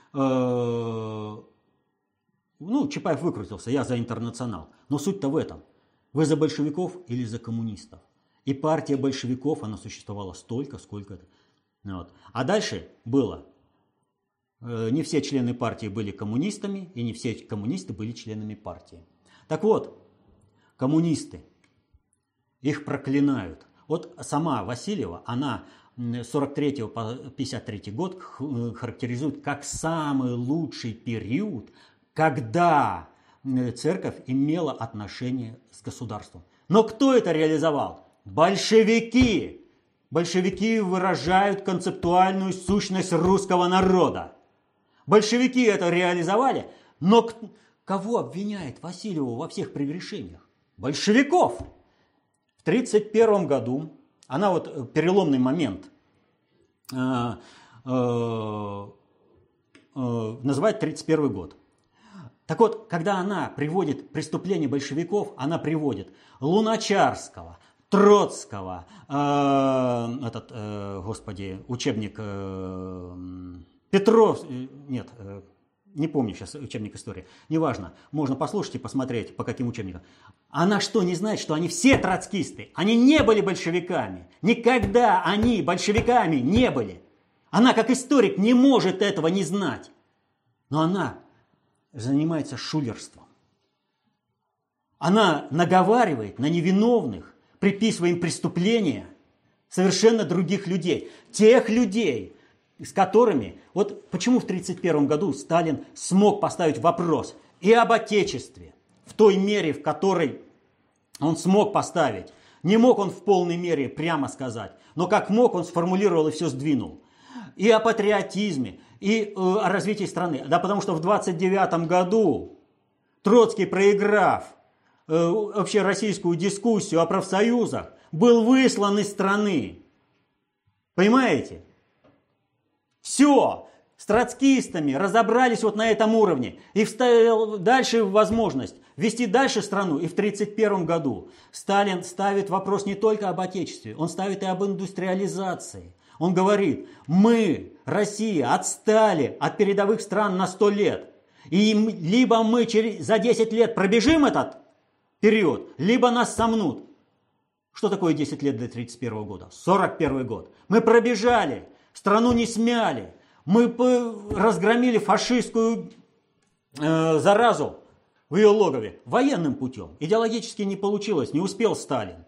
ну, Чапаев выкрутился, я за интернационал. Но суть-то в этом. Вы за большевиков или за коммунистов? И партия большевиков, она существовала столько, сколько это. Вот. А дальше было. Не все члены партии были коммунистами, и не все коммунисты были членами партии. Так вот, коммунисты, их проклинают. Вот сама Васильева, она с сорок третьего по пятьдесят третий год характеризует как самый лучший период, когда церковь имела отношение с государством. Но кто это реализовал? Большевики! Большевики выражают концептуальную сущность русского народа. Большевики это реализовали, но кого обвиняет Васильева во всех прегрешениях? Большевиков! В тридцать первом году, она вот переломный момент, э, э, э, называет тридцать первый год. Так вот, когда она приводит преступления большевиков, она приводит Луначарского, Троцкого, э, этот, э, господи, учебник э, Петров, э, нет, э, не помню сейчас учебник истории, неважно, можно послушать и посмотреть, по каким учебникам. Она что, не знает, что они все троцкисты? Они не были большевиками. Никогда они большевиками не были. Она, как историк, не может этого не знать. Но она занимается шулерством. Она наговаривает на невиновных, приписывая им преступления совершенно других людей. Тех людей, с которыми... Вот почему в тридцать первом году Сталин смог поставить вопрос и об Отечестве, в той мере, в которой он смог поставить. Не мог он в полной мере прямо сказать, но как мог, он сформулировал и все сдвинул. И о патриотизме, и э, о развитии страны. Да потому что в двадцать девятом году Троцкий, проиграв э, вообще российскую дискуссию о профсоюзах, был выслан из страны. Понимаете? Все. С троцкистами разобрались вот на этом уровне и вставил дальше возможность вести дальше страну. И в тридцать первом году Сталин ставит вопрос не только об Отечестве, он ставит и об индустриализации. Он говорит, мы, Россия, отстали от передовых стран на сто лет. И либо мы через, за десять лет пробежим этот период, либо нас сомнут. Что такое десять лет до тридцать первого года? сорок первый год. Мы пробежали, страну не смяли. Мы разгромили фашистскую э, заразу в ее логове военным путем. Идеологически не получилось, не успел Сталин.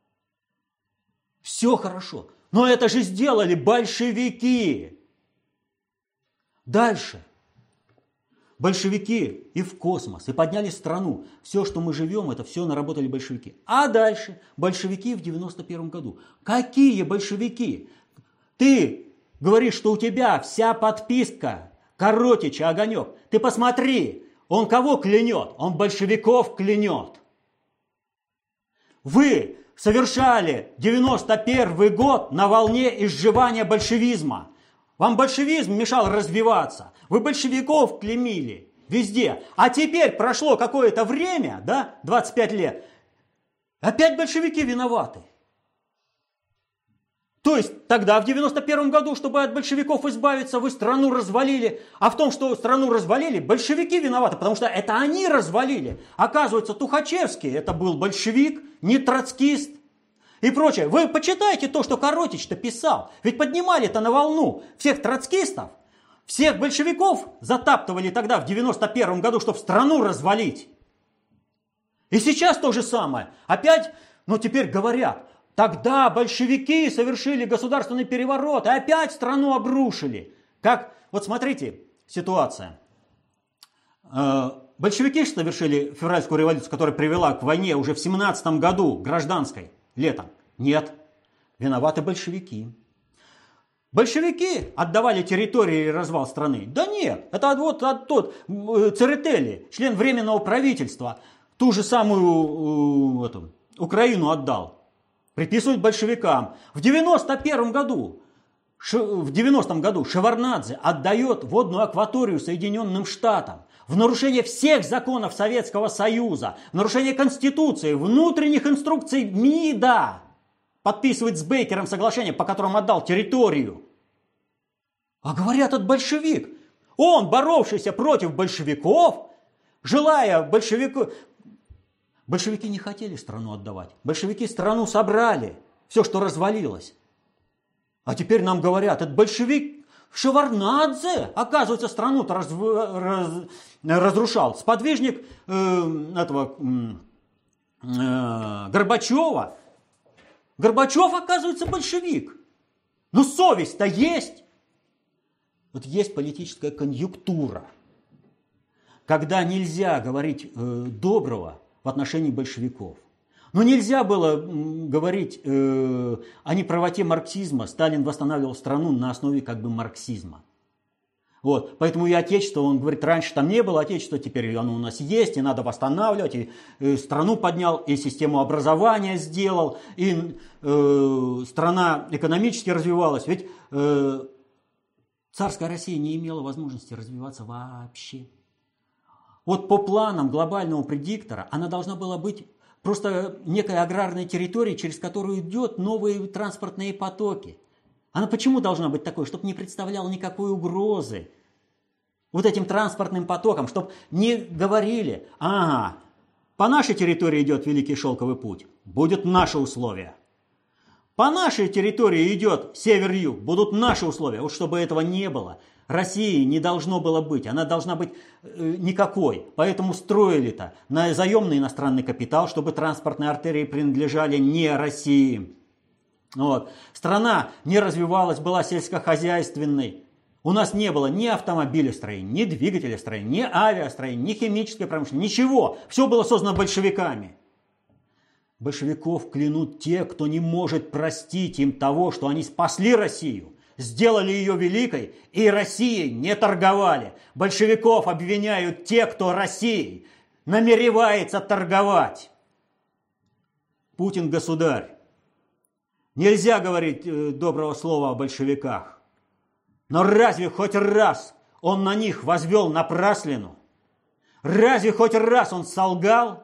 Все хорошо. Но это же сделали большевики. Дальше. Большевики и в космос, и подняли страну. Все, что мы живем, это все наработали большевики. А дальше большевики в девяносто первом году. Какие большевики? Ты... Говоришь, что у тебя вся подписка Коротича, Огонек. Ты посмотри, он кого клянет? Он большевиков клянет. Вы совершали девяносто первый год на волне изживания большевизма. Вам большевизм мешал развиваться. Вы большевиков клеймили везде. А теперь прошло какое-то время, да, двадцать пять лет. Опять большевики виноваты. То есть тогда, в девяносто первом году, чтобы от большевиков избавиться, вы страну развалили. А в том, что страну развалили, большевики виноваты, потому что это они развалили. Оказывается, Тухачевский это был большевик, не троцкист и прочее. Вы почитайте то, что Коротич-то писал. Ведь поднимали-то на волну всех троцкистов, всех большевиков затаптывали тогда, в девяносто первом году, чтобы страну развалить. И сейчас то же самое. Опять, ну теперь говорят, тогда большевики совершили государственный переворот и опять страну обрушили. Как, вот смотрите, ситуация. Большевики совершили февральскую революцию, которая привела к войне уже в семнадцатом году, гражданской, летом. Нет, виноваты большевики. Большевики отдавали территории и развал страны? Да нет, это вот тот Церетели, член Временного правительства, ту же самую эту, Украину отдал. Приписывают большевикам. В девяносто первом году, в девяностом году Шеварднадзе отдает водную акваторию Соединенным Штатам в нарушение всех законов Советского Союза, в нарушение Конституции, внутренних инструкций МИДа. Подписывает с Бейкером соглашение, по которому отдал территорию. А говорят, это большевик. Он, боровшийся против большевиков, желая большевику... Большевики не хотели страну отдавать. Большевики страну собрали. Все, что развалилось. А теперь нам говорят, это большевик Шеварднадзе, оказывается, страну-то раз... Раз... разрушал. Сподвижник э, этого э, Горбачева. Горбачев, оказывается, большевик. Но совесть-то есть. Вот есть политическая конъюнктура, когда нельзя говорить э, доброго в отношении большевиков. Но нельзя было м, говорить э, о неправоте марксизма. Сталин восстанавливал страну на основе как бы марксизма. Вот, поэтому и отечество, он говорит, раньше там не было отечества, теперь оно у нас есть, и надо восстанавливать, и, и страну поднял, и систему образования сделал, и э, страна экономически развивалась. Ведь э, царская Россия не имела возможности развиваться вообще. Вот по планам глобального предиктора она должна была быть просто некой аграрной территорией, через которую идут новые транспортные потоки. Она почему должна быть такой? Чтобы не представляла никакой угрозы вот этим транспортным потокам, чтобы не говорили, ага, по нашей территории идет Великий Шелковый путь, будут наши условия. По нашей территории идет север-юг, будут наши условия. Вот чтобы этого не было, России не должно было быть, она должна быть э, никакой. Поэтому строили-то на заемный иностранный капитал, чтобы транспортные артерии принадлежали не России. Вот. Страна не развивалась, была сельскохозяйственной. У нас не было ни автомобилестроения, ни двигателестроения, ни авиастроения, ни химической промышленности, ничего. Все было создано большевиками. Большевиков клянут те, кто не может простить им того, что они спасли Россию, сделали ее великой и Россией не торговали. Большевиков обвиняют те, кто Россией намеревается торговать. Путин государь. Нельзя говорить э, доброго слова о большевиках. Но разве хоть раз он на них возвел напраслину? Разве хоть раз он солгал?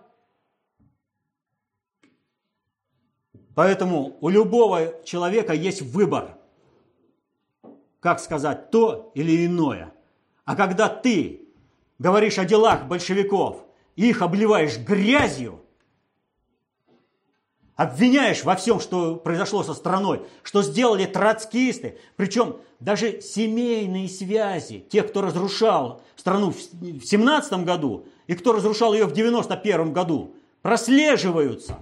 Поэтому у любого человека есть выбор. Как сказать то или иное. А когда ты говоришь о делах большевиков и их обливаешь грязью, обвиняешь во всем, что произошло со страной, что сделали троцкисты, причем даже семейные связи тех, кто разрушал страну в семнадцатом году и кто разрушал ее в девяносто первом году, прослеживаются.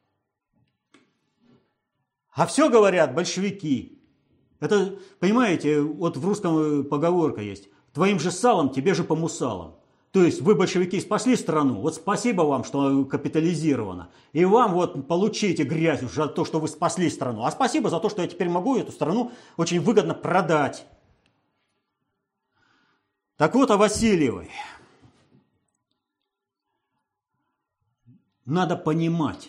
А все говорят большевики. Это, понимаете, вот в русском поговорка есть: твоим же салом, тебе же по мусалам. То есть вы, большевики, спасли страну, вот спасибо вам, что капитализировано. И вам вот получите грязь за то, что вы спасли страну. А спасибо за то, что я теперь могу эту страну очень выгодно продать. Так вот, о Васильевой. Надо понимать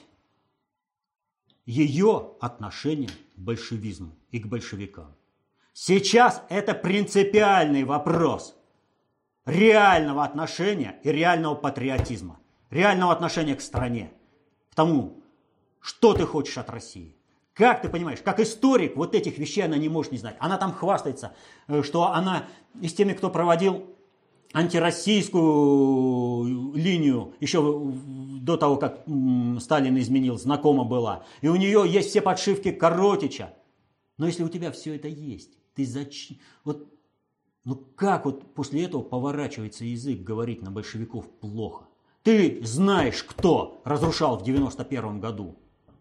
ее отношение к большевизму и к большевикам. Сейчас это принципиальный вопрос реального отношения и реального патриотизма, реального отношения к стране, к тому, что ты хочешь от России. Как ты понимаешь, как историк, вот этих вещей она не может не знать. Она там хвастается, что она из теми, кто проводил антироссийскую линию еще до того, как Сталин изменил, знакома была. И у нее есть все подшивки Коротича. Но если у тебя все это есть, ты зачем... Вот, ну как вот после этого поворачивается язык говорить на большевиков плохо? Ты знаешь, кто разрушал в девяносто первом году.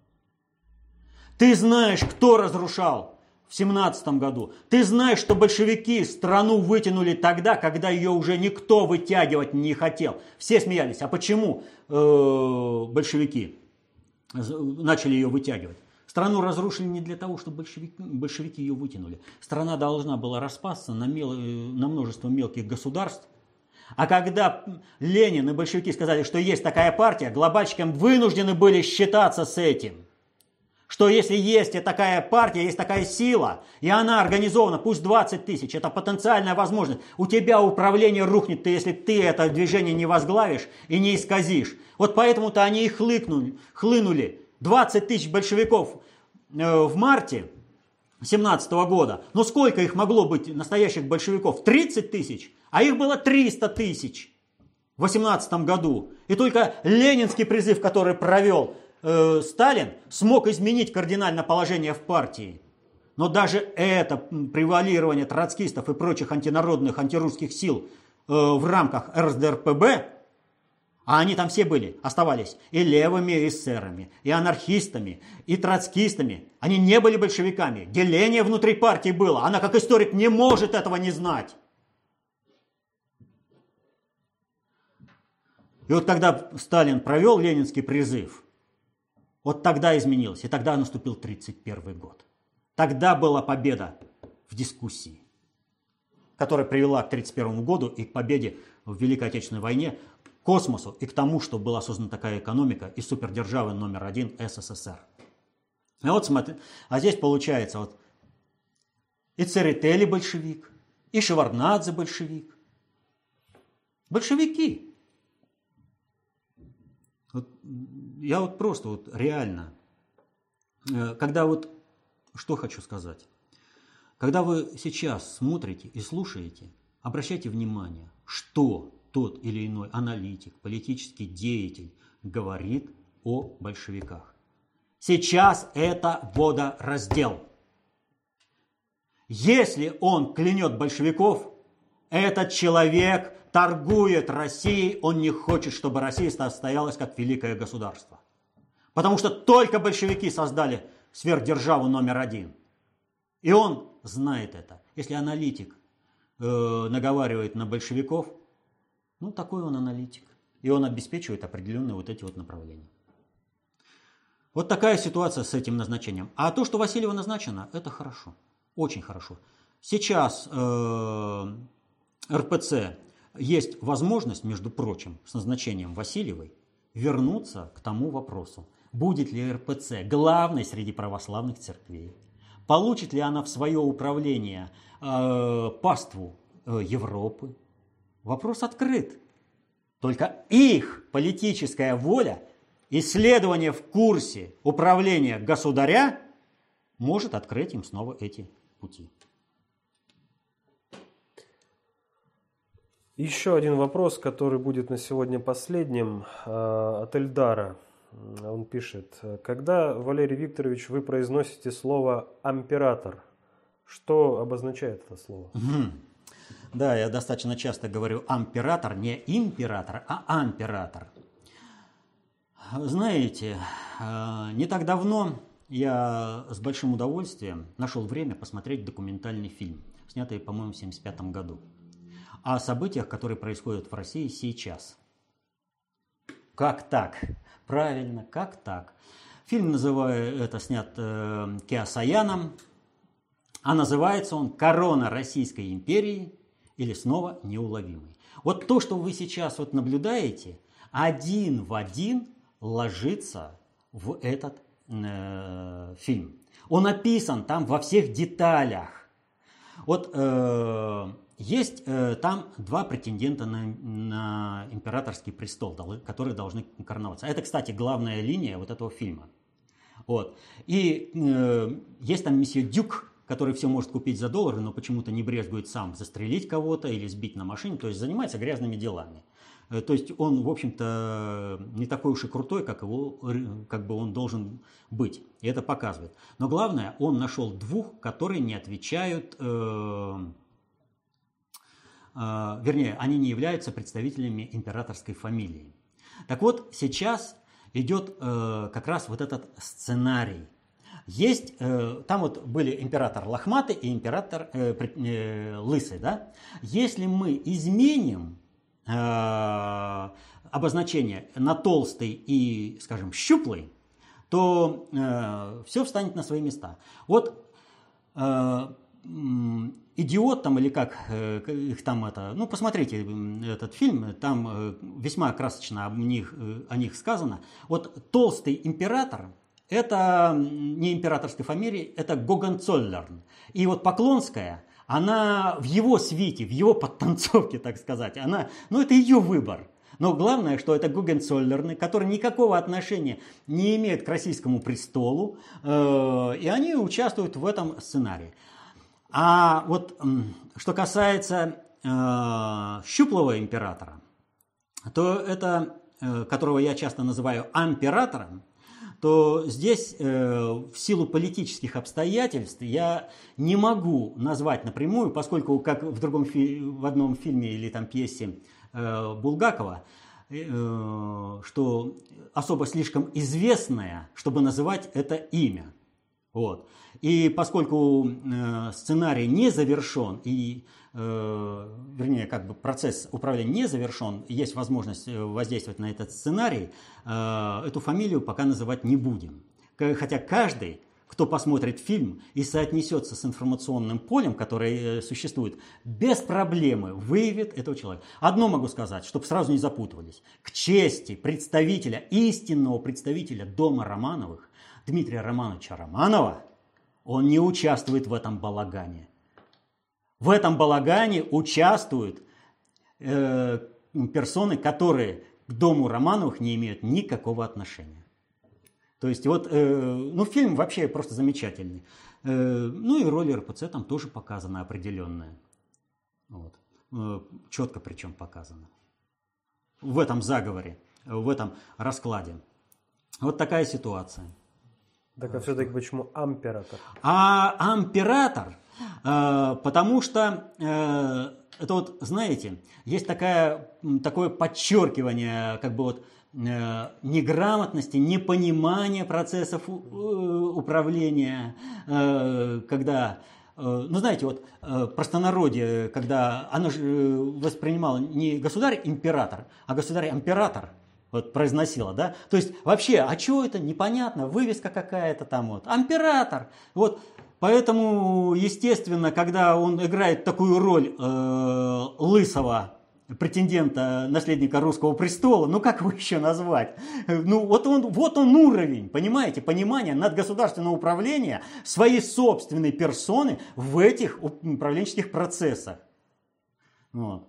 Ты знаешь, кто разрушал в семнадцатом году. Ты знаешь, что большевики страну вытянули тогда, когда ее уже никто вытягивать не хотел. Все смеялись. А почему э, большевики начали ее вытягивать? Страну разрушили не для того, чтобы большевики, большевики ее вытянули. Страна должна была распасться на, мел, на множество мелких государств. А когда Ленин и большевики сказали, что есть такая партия, глобальщикам вынуждены были считаться с этим. Что если есть такая партия, есть такая сила, и она организована, пусть двадцать тысяч, это потенциальная возможность, у тебя управление рухнет, если ты это движение не возглавишь и не исказишь. Вот поэтому-то они и хлыкнули, хлынули. двадцать тысяч большевиков в марте семнадцатого года. Но сколько их могло быть, настоящих большевиков? тридцать тысяч, а их было триста тысяч в восемнадцатом году. И только ленинский призыв, который провел э, Сталин, смог изменить кардинально положение в партии. Но даже это превалирование троцкистов и прочих антинародных, антирусских сил э, в рамках эр эс дэ эр пэ бэ, а они там все были, оставались и левыми эсерами, и анархистами, и троцкистами. Они не были большевиками. Деление внутри партии было. Она, как историк, не может этого не знать. И вот когда Сталин провел ленинский призыв, вот тогда изменилось. И тогда наступил тридцать первый год. Тогда была победа в дискуссии, которая привела к тридцать первому году и к победе в Великой Отечественной войне, к космосу и к тому, что была создана такая экономика и супердержавы номер один эс эс эс эр. И вот смотри, а здесь получается вот и Церетели большевик, и Шеварднадзе большевик. Большевики. Вот, я вот просто вот реально, когда вот, что хочу сказать. Когда вы сейчас смотрите и слушаете, обращайте внимание, что тот или иной аналитик, политический деятель говорит о большевиках. Сейчас это водораздел. Если он клянет большевиков, этот человек торгует Россией, он не хочет, чтобы Россия состоялась как великое государство. Потому что только большевики создали сверхдержаву номер один. И он знает это. Если аналитик э, наговаривает на большевиков, ну, такой он аналитик. И он обеспечивает определенные вот эти вот направления. Вот такая ситуация с этим назначением. А то, что Васильева назначена, это хорошо. Очень хорошо. Сейчас э, эр пэ цэ есть возможность, между прочим, с назначением Васильевой вернуться к тому вопросу. Будет ли эр пэ цэ главной среди православных церквей? Получит ли она в свое управление э, паству э, Европы? Вопрос открыт. Только их политическая воля, исследование в курсе управления государя может открыть им снова эти пути. Еще один вопрос, который будет на сегодня последним, от Эльдара. Он пишет: когда, Валерий Викторович, вы произносите слово «амператор», что обозначает это слово? Угу. Да, я достаточно часто говорю амператор, не император, а амператор. Знаете, не так давно я с большим удовольствием нашел время посмотреть документальный фильм, снятый, по-моему, в семьдесят пятом году, о событиях, которые происходят в России сейчас. Как так? Правильно, как так? Фильм называю, это снят э, Кеосаяном, а называется он «Корона Российской империи» или снова «Неуловимый». Вот то, что вы сейчас вот наблюдаете, один в один ложится в этот э, фильм. Он описан там во всех деталях. Вот э, есть э, там два претендента на, на императорский престол, которые должны короноваться. Это, кстати, главная линия вот этого фильма. Вот. И э, есть там месье Дюк, который все может купить за доллары, но почему-то не брезгует сам застрелить кого-то или сбить на машине, то есть занимается грязными делами. Э, то есть он, в общем-то, не такой уж и крутой, как, его, как бы он должен быть. И это показывает. Но главное, он нашел двух, которые не отвечают... Э, вернее, они не являются представителями императорской фамилии. Так вот, сейчас идет э, как раз вот этот сценарий. Есть, э, там вот были император лохматый и император э, э, лысый, да? Если мы изменим э, обозначение на толстый и, скажем, щуплый, то э, все встанет на свои места. Вот э, идиот там или как э, их там это, ну посмотрите этот фильм, там э, весьма красочно о них, э, о них сказано. Вот толстый император — это не императорской фамилии, это Гогенцоллерн. И вот Поклонская, она в его свите, в его подтанцовке, так сказать, она, ну это ее выбор. Но главное, что это Гогенцоллерны, которые никакого отношения не имеют к российскому престолу, э, и они участвуют в этом сценарии. А вот что касается э, щуплого императора, то это, э, которого я часто называю амператором, то здесь э, в силу политических обстоятельств я не могу назвать напрямую, поскольку как в другом фи- в одном фильме или там пьесе э, Булгакова, э, что особо слишком известное, чтобы называть это имя. Вот. И поскольку э, сценарий не завершен, и, э, вернее, как бы процесс управления не завершен, есть возможность воздействовать на этот сценарий, э, эту фамилию пока называть не будем. Хотя каждый, кто посмотрит фильм и соотнесется с информационным полем, которое существует, без проблемы выявит этого человека. Одно могу сказать, чтобы сразу не запутывались. К чести представителя, истинного представителя дома Романовых, Дмитрия Романовича Романова, он не участвует в этом балагане. В этом балагане участвуют э, персоны, которые к дому Романовых не имеют никакого отношения. То есть вот, э, ну фильм вообще просто замечательный. Э, ну и роль эр пэ цэ там тоже показана определенная. Вот. Э, четко причем показана. В этом заговоре, в этом раскладе. Вот такая ситуация. Так а все-таки почему амператор? А амператор, э, потому что э, это вот, знаете, есть такая, такое подчеркивание, как бы вот э, неграмотности, непонимания процессов э, управления, э, когда, э, ну знаете, вот э, простонародье, когда оно же воспринимало не государь-император, а государь-амператор. Вот произносила, да? То есть вообще, а что это? Непонятно, вывеска какая-то там вот. Амператор. Вот, поэтому, естественно, когда он играет такую роль э, лысого претендента, наследника русского престола, ну как его еще назвать? Ну вот он, вот он уровень, понимаете, понимания надгосударственного управления своей собственной персоны в этих управленческих процессах. Вот.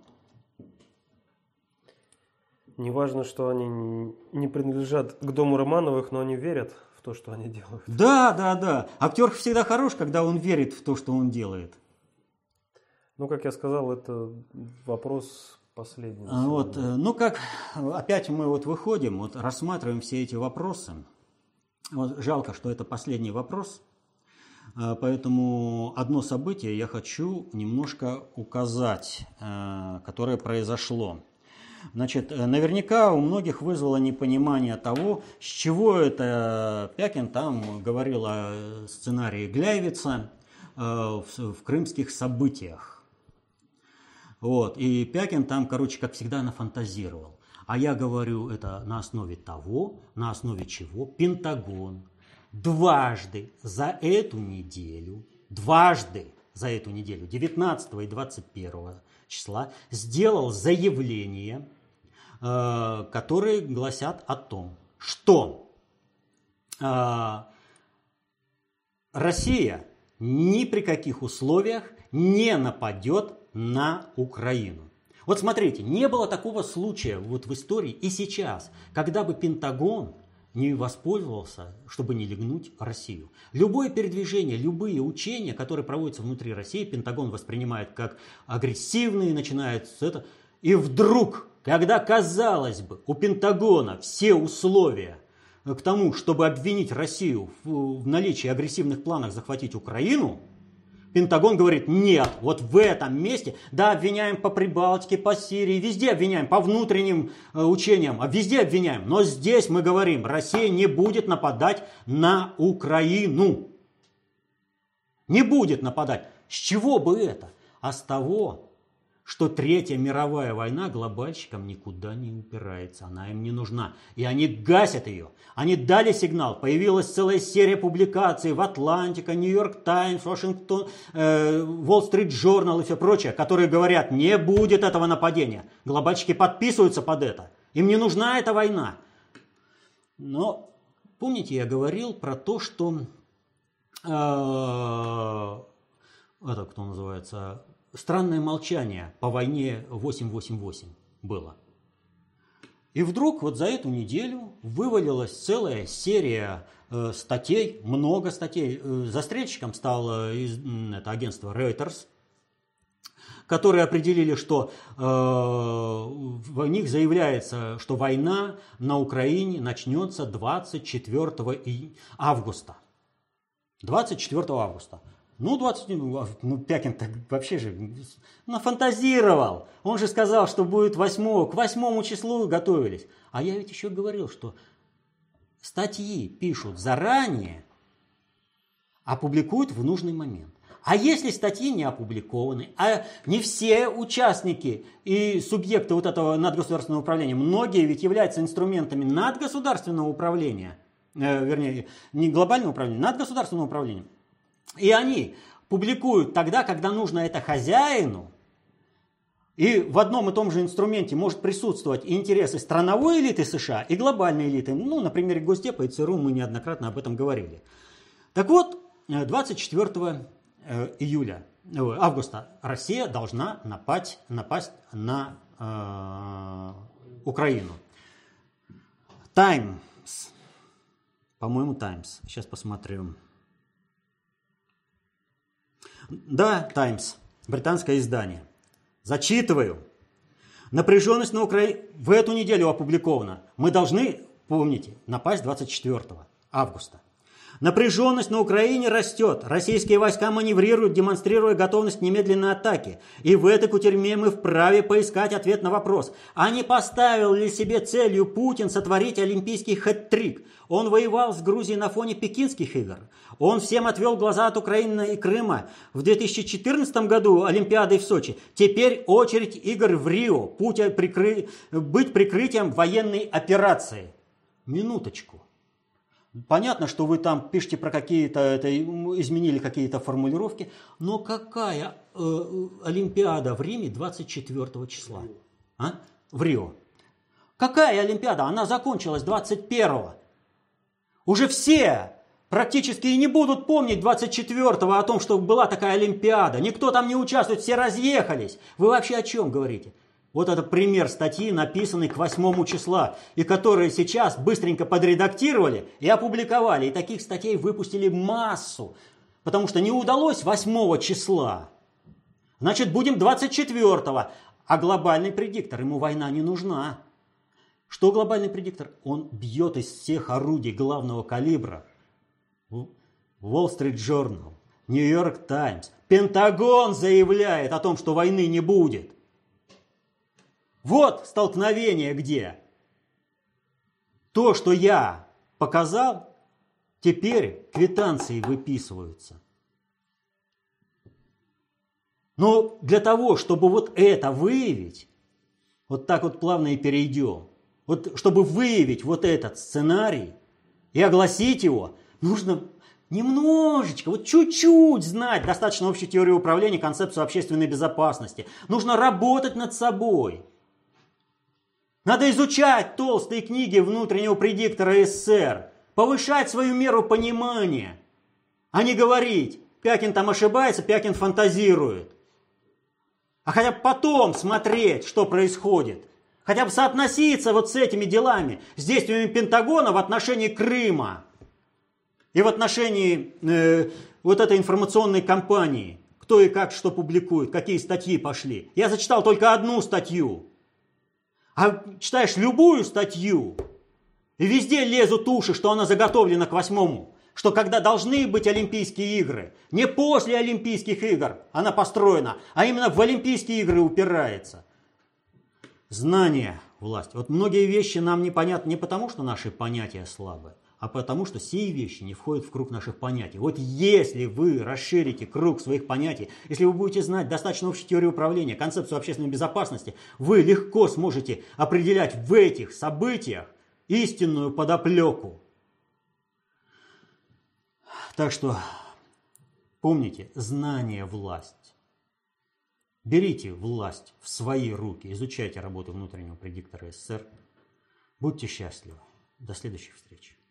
Неважно, что они не принадлежат к дому Романовых, но они верят в то, что они делают. Да, да, да. Актер всегда хорош, когда он верит в то, что он делает. Ну, как я сказал, это вопрос последний. Вот, ну, как опять мы вот выходим, вот рассматриваем все эти вопросы. Вот, жалко, что это последний вопрос. Поэтому одно событие я хочу немножко указать, которое произошло. Значит, наверняка у многих вызвало непонимание того, с чего это Пякин там говорил о сценарии Гляйвица э, в, в крымских событиях. Вот. И Пякин там, короче, как всегда, нафантазировал. А я говорю, это на основе того, на основе чего Пентагон дважды за эту неделю, дважды за эту неделю, девятнадцатого и двадцать первого числа, сделал заявление, э, которые гласят о том, что э, Россия ни при каких условиях не нападет на Украину. Вот смотрите, не было такого случая вот в истории и сейчас, когда бы Пентагон не воспользовался, чтобы не лягнуть Россию. Любое передвижение, любые учения, которые проводятся внутри России, Пентагон воспринимает как агрессивные, начинает с этого. И вдруг, когда, казалось бы, у Пентагона все условия к тому, чтобы обвинить Россию в наличии агрессивных планов захватить Украину, Пентагон говорит, нет, вот в этом месте, да, обвиняем по Прибалтике, по Сирии, везде обвиняем, по внутренним э, учениям, а везде обвиняем. Но здесь мы говорим, Россия не будет нападать на Украину. Не будет нападать. С чего бы это? А с того, что Третья мировая война глобальщикам никуда не упирается, она им не нужна. И они гасят ее. Они дали сигнал. Появилась целая серия публикаций в Атлантика, Нью-Йорк Таймс, Вашингтон, э, Wall Street Journal и все прочее, которые говорят, не будет этого нападения. Глобальщики подписываются под это. Им не нужна эта война. Но помните, я говорил про то, что э, это кто называется... Странное молчание по войне восемь восемь восемь было. И вдруг вот за эту неделю вывалилась целая серия э, статей, много статей. Э, застрельщиком стало э, это агентство Reuters, которые определили, что э, в них заявляется, что война на Украине начнется двадцать четвёртого августа. двадцать четвёртого августа. Ну, двадцать, ну, Пякин так вообще же нафантазировал. Он же сказал, что будет восьмого, к восьмому числу готовились. А я ведь еще говорил, что статьи пишут заранее, а публикуют в нужный момент. А если статьи не опубликованы, а не все участники и субъекты вот этого надгосударственного управления, многие ведь являются инструментами надгосударственного управления, э, вернее, не глобального управления, надгосударственного управления. И они публикуют тогда, когда нужно это хозяину, и в одном и том же инструменте может присутствовать и интересы страновой элиты США, и глобальной элиты. Ну, на примере Госдепа и ЦРУ мы неоднократно об этом говорили. Так вот, двадцать четвёртого июля, августа Россия должна напасть, напасть на э, Украину. Таймс, по-моему, Таймс, сейчас посмотрю. Да, Таймс, британское издание. Зачитываю. Напряженность на Украине в эту неделю опубликована. Мы должны, помните, напасть двадцать четвёртого августа. Напряженность на Украине растет. Российские войска маневрируют, демонстрируя готовность к немедленной атаке. И в этой кутерьме мы вправе поискать ответ на вопрос, а не поставил ли себе целью Путин сотворить олимпийский хэт-трик? Он воевал с Грузией на фоне пекинских игр. Он всем отвел глаза от Украины и Крыма в две тысячи четырнадцатом году Олимпиадой в Сочи. Теперь очередь игр в Рио. Путь прикры... быть прикрытием военной операции. Минуточку. Понятно, что вы там пишете про какие-то, это, изменили какие-то формулировки, но какая э, Олимпиада в Риме двадцать четвёртого числа? А? В Рио. Какая Олимпиада? Она закончилась двадцать первого. Уже все практически и не будут помнить двадцать четвёртого о том, что была такая Олимпиада. Никто там не участвует, все разъехались. Вы вообще о чем говорите? Вот это пример статьи, написанной к восьмому числа, и которые сейчас быстренько подредактировали и опубликовали. И таких статей выпустили массу, потому что не удалось восьмого числа. Значит, будем двадцать четвёртого. А глобальный предиктор, ему война не нужна. Что глобальный предиктор? Он бьет из всех орудий главного калибра. Wall Street Journal, Нью-Йорк Таймс, Пентагон заявляет о том, что войны не будет. Вот столкновение где. То, что я показал, теперь квитанции выписываются. Но для того, чтобы вот это выявить, вот так вот плавно и перейдем, вот чтобы выявить вот этот сценарий и огласить его, нужно немножечко, вот чуть-чуть знать достаточно общую теорию управления, концепцию общественной безопасности. Нужно работать над собой. Надо изучать толстые книги внутреннего предиктора СССР, повышать свою меру понимания, а не говорить, Пякин там ошибается, Пякин фантазирует. А хотя бы потом смотреть, что происходит. Хотя бы соотноситься вот с этими делами, с действиями Пентагона в отношении Крыма и в отношении э, вот этой информационной кампании. Кто и как что публикует, какие статьи пошли. Я зачитал только одну статью. А читаешь любую статью, и везде лезут уши, что она заготовлена к восьмому что когда должны быть Олимпийские игры, не после Олимпийских игр она построена, а именно в Олимпийские игры упирается. Знание, власть. Вот многие вещи нам непонятны не потому, что наши понятия слабы, а потому, что сии вещи не входят в круг наших понятий. Вот если вы расширите круг своих понятий, если вы будете знать достаточно общей теории управления, концепцию общественной безопасности, вы легко сможете определять в этих событиях истинную подоплеку. Так что помните, знание – власть. Берите власть в свои руки, изучайте работу внутреннего предиктора СССР. Будьте счастливы. До следующих встреч.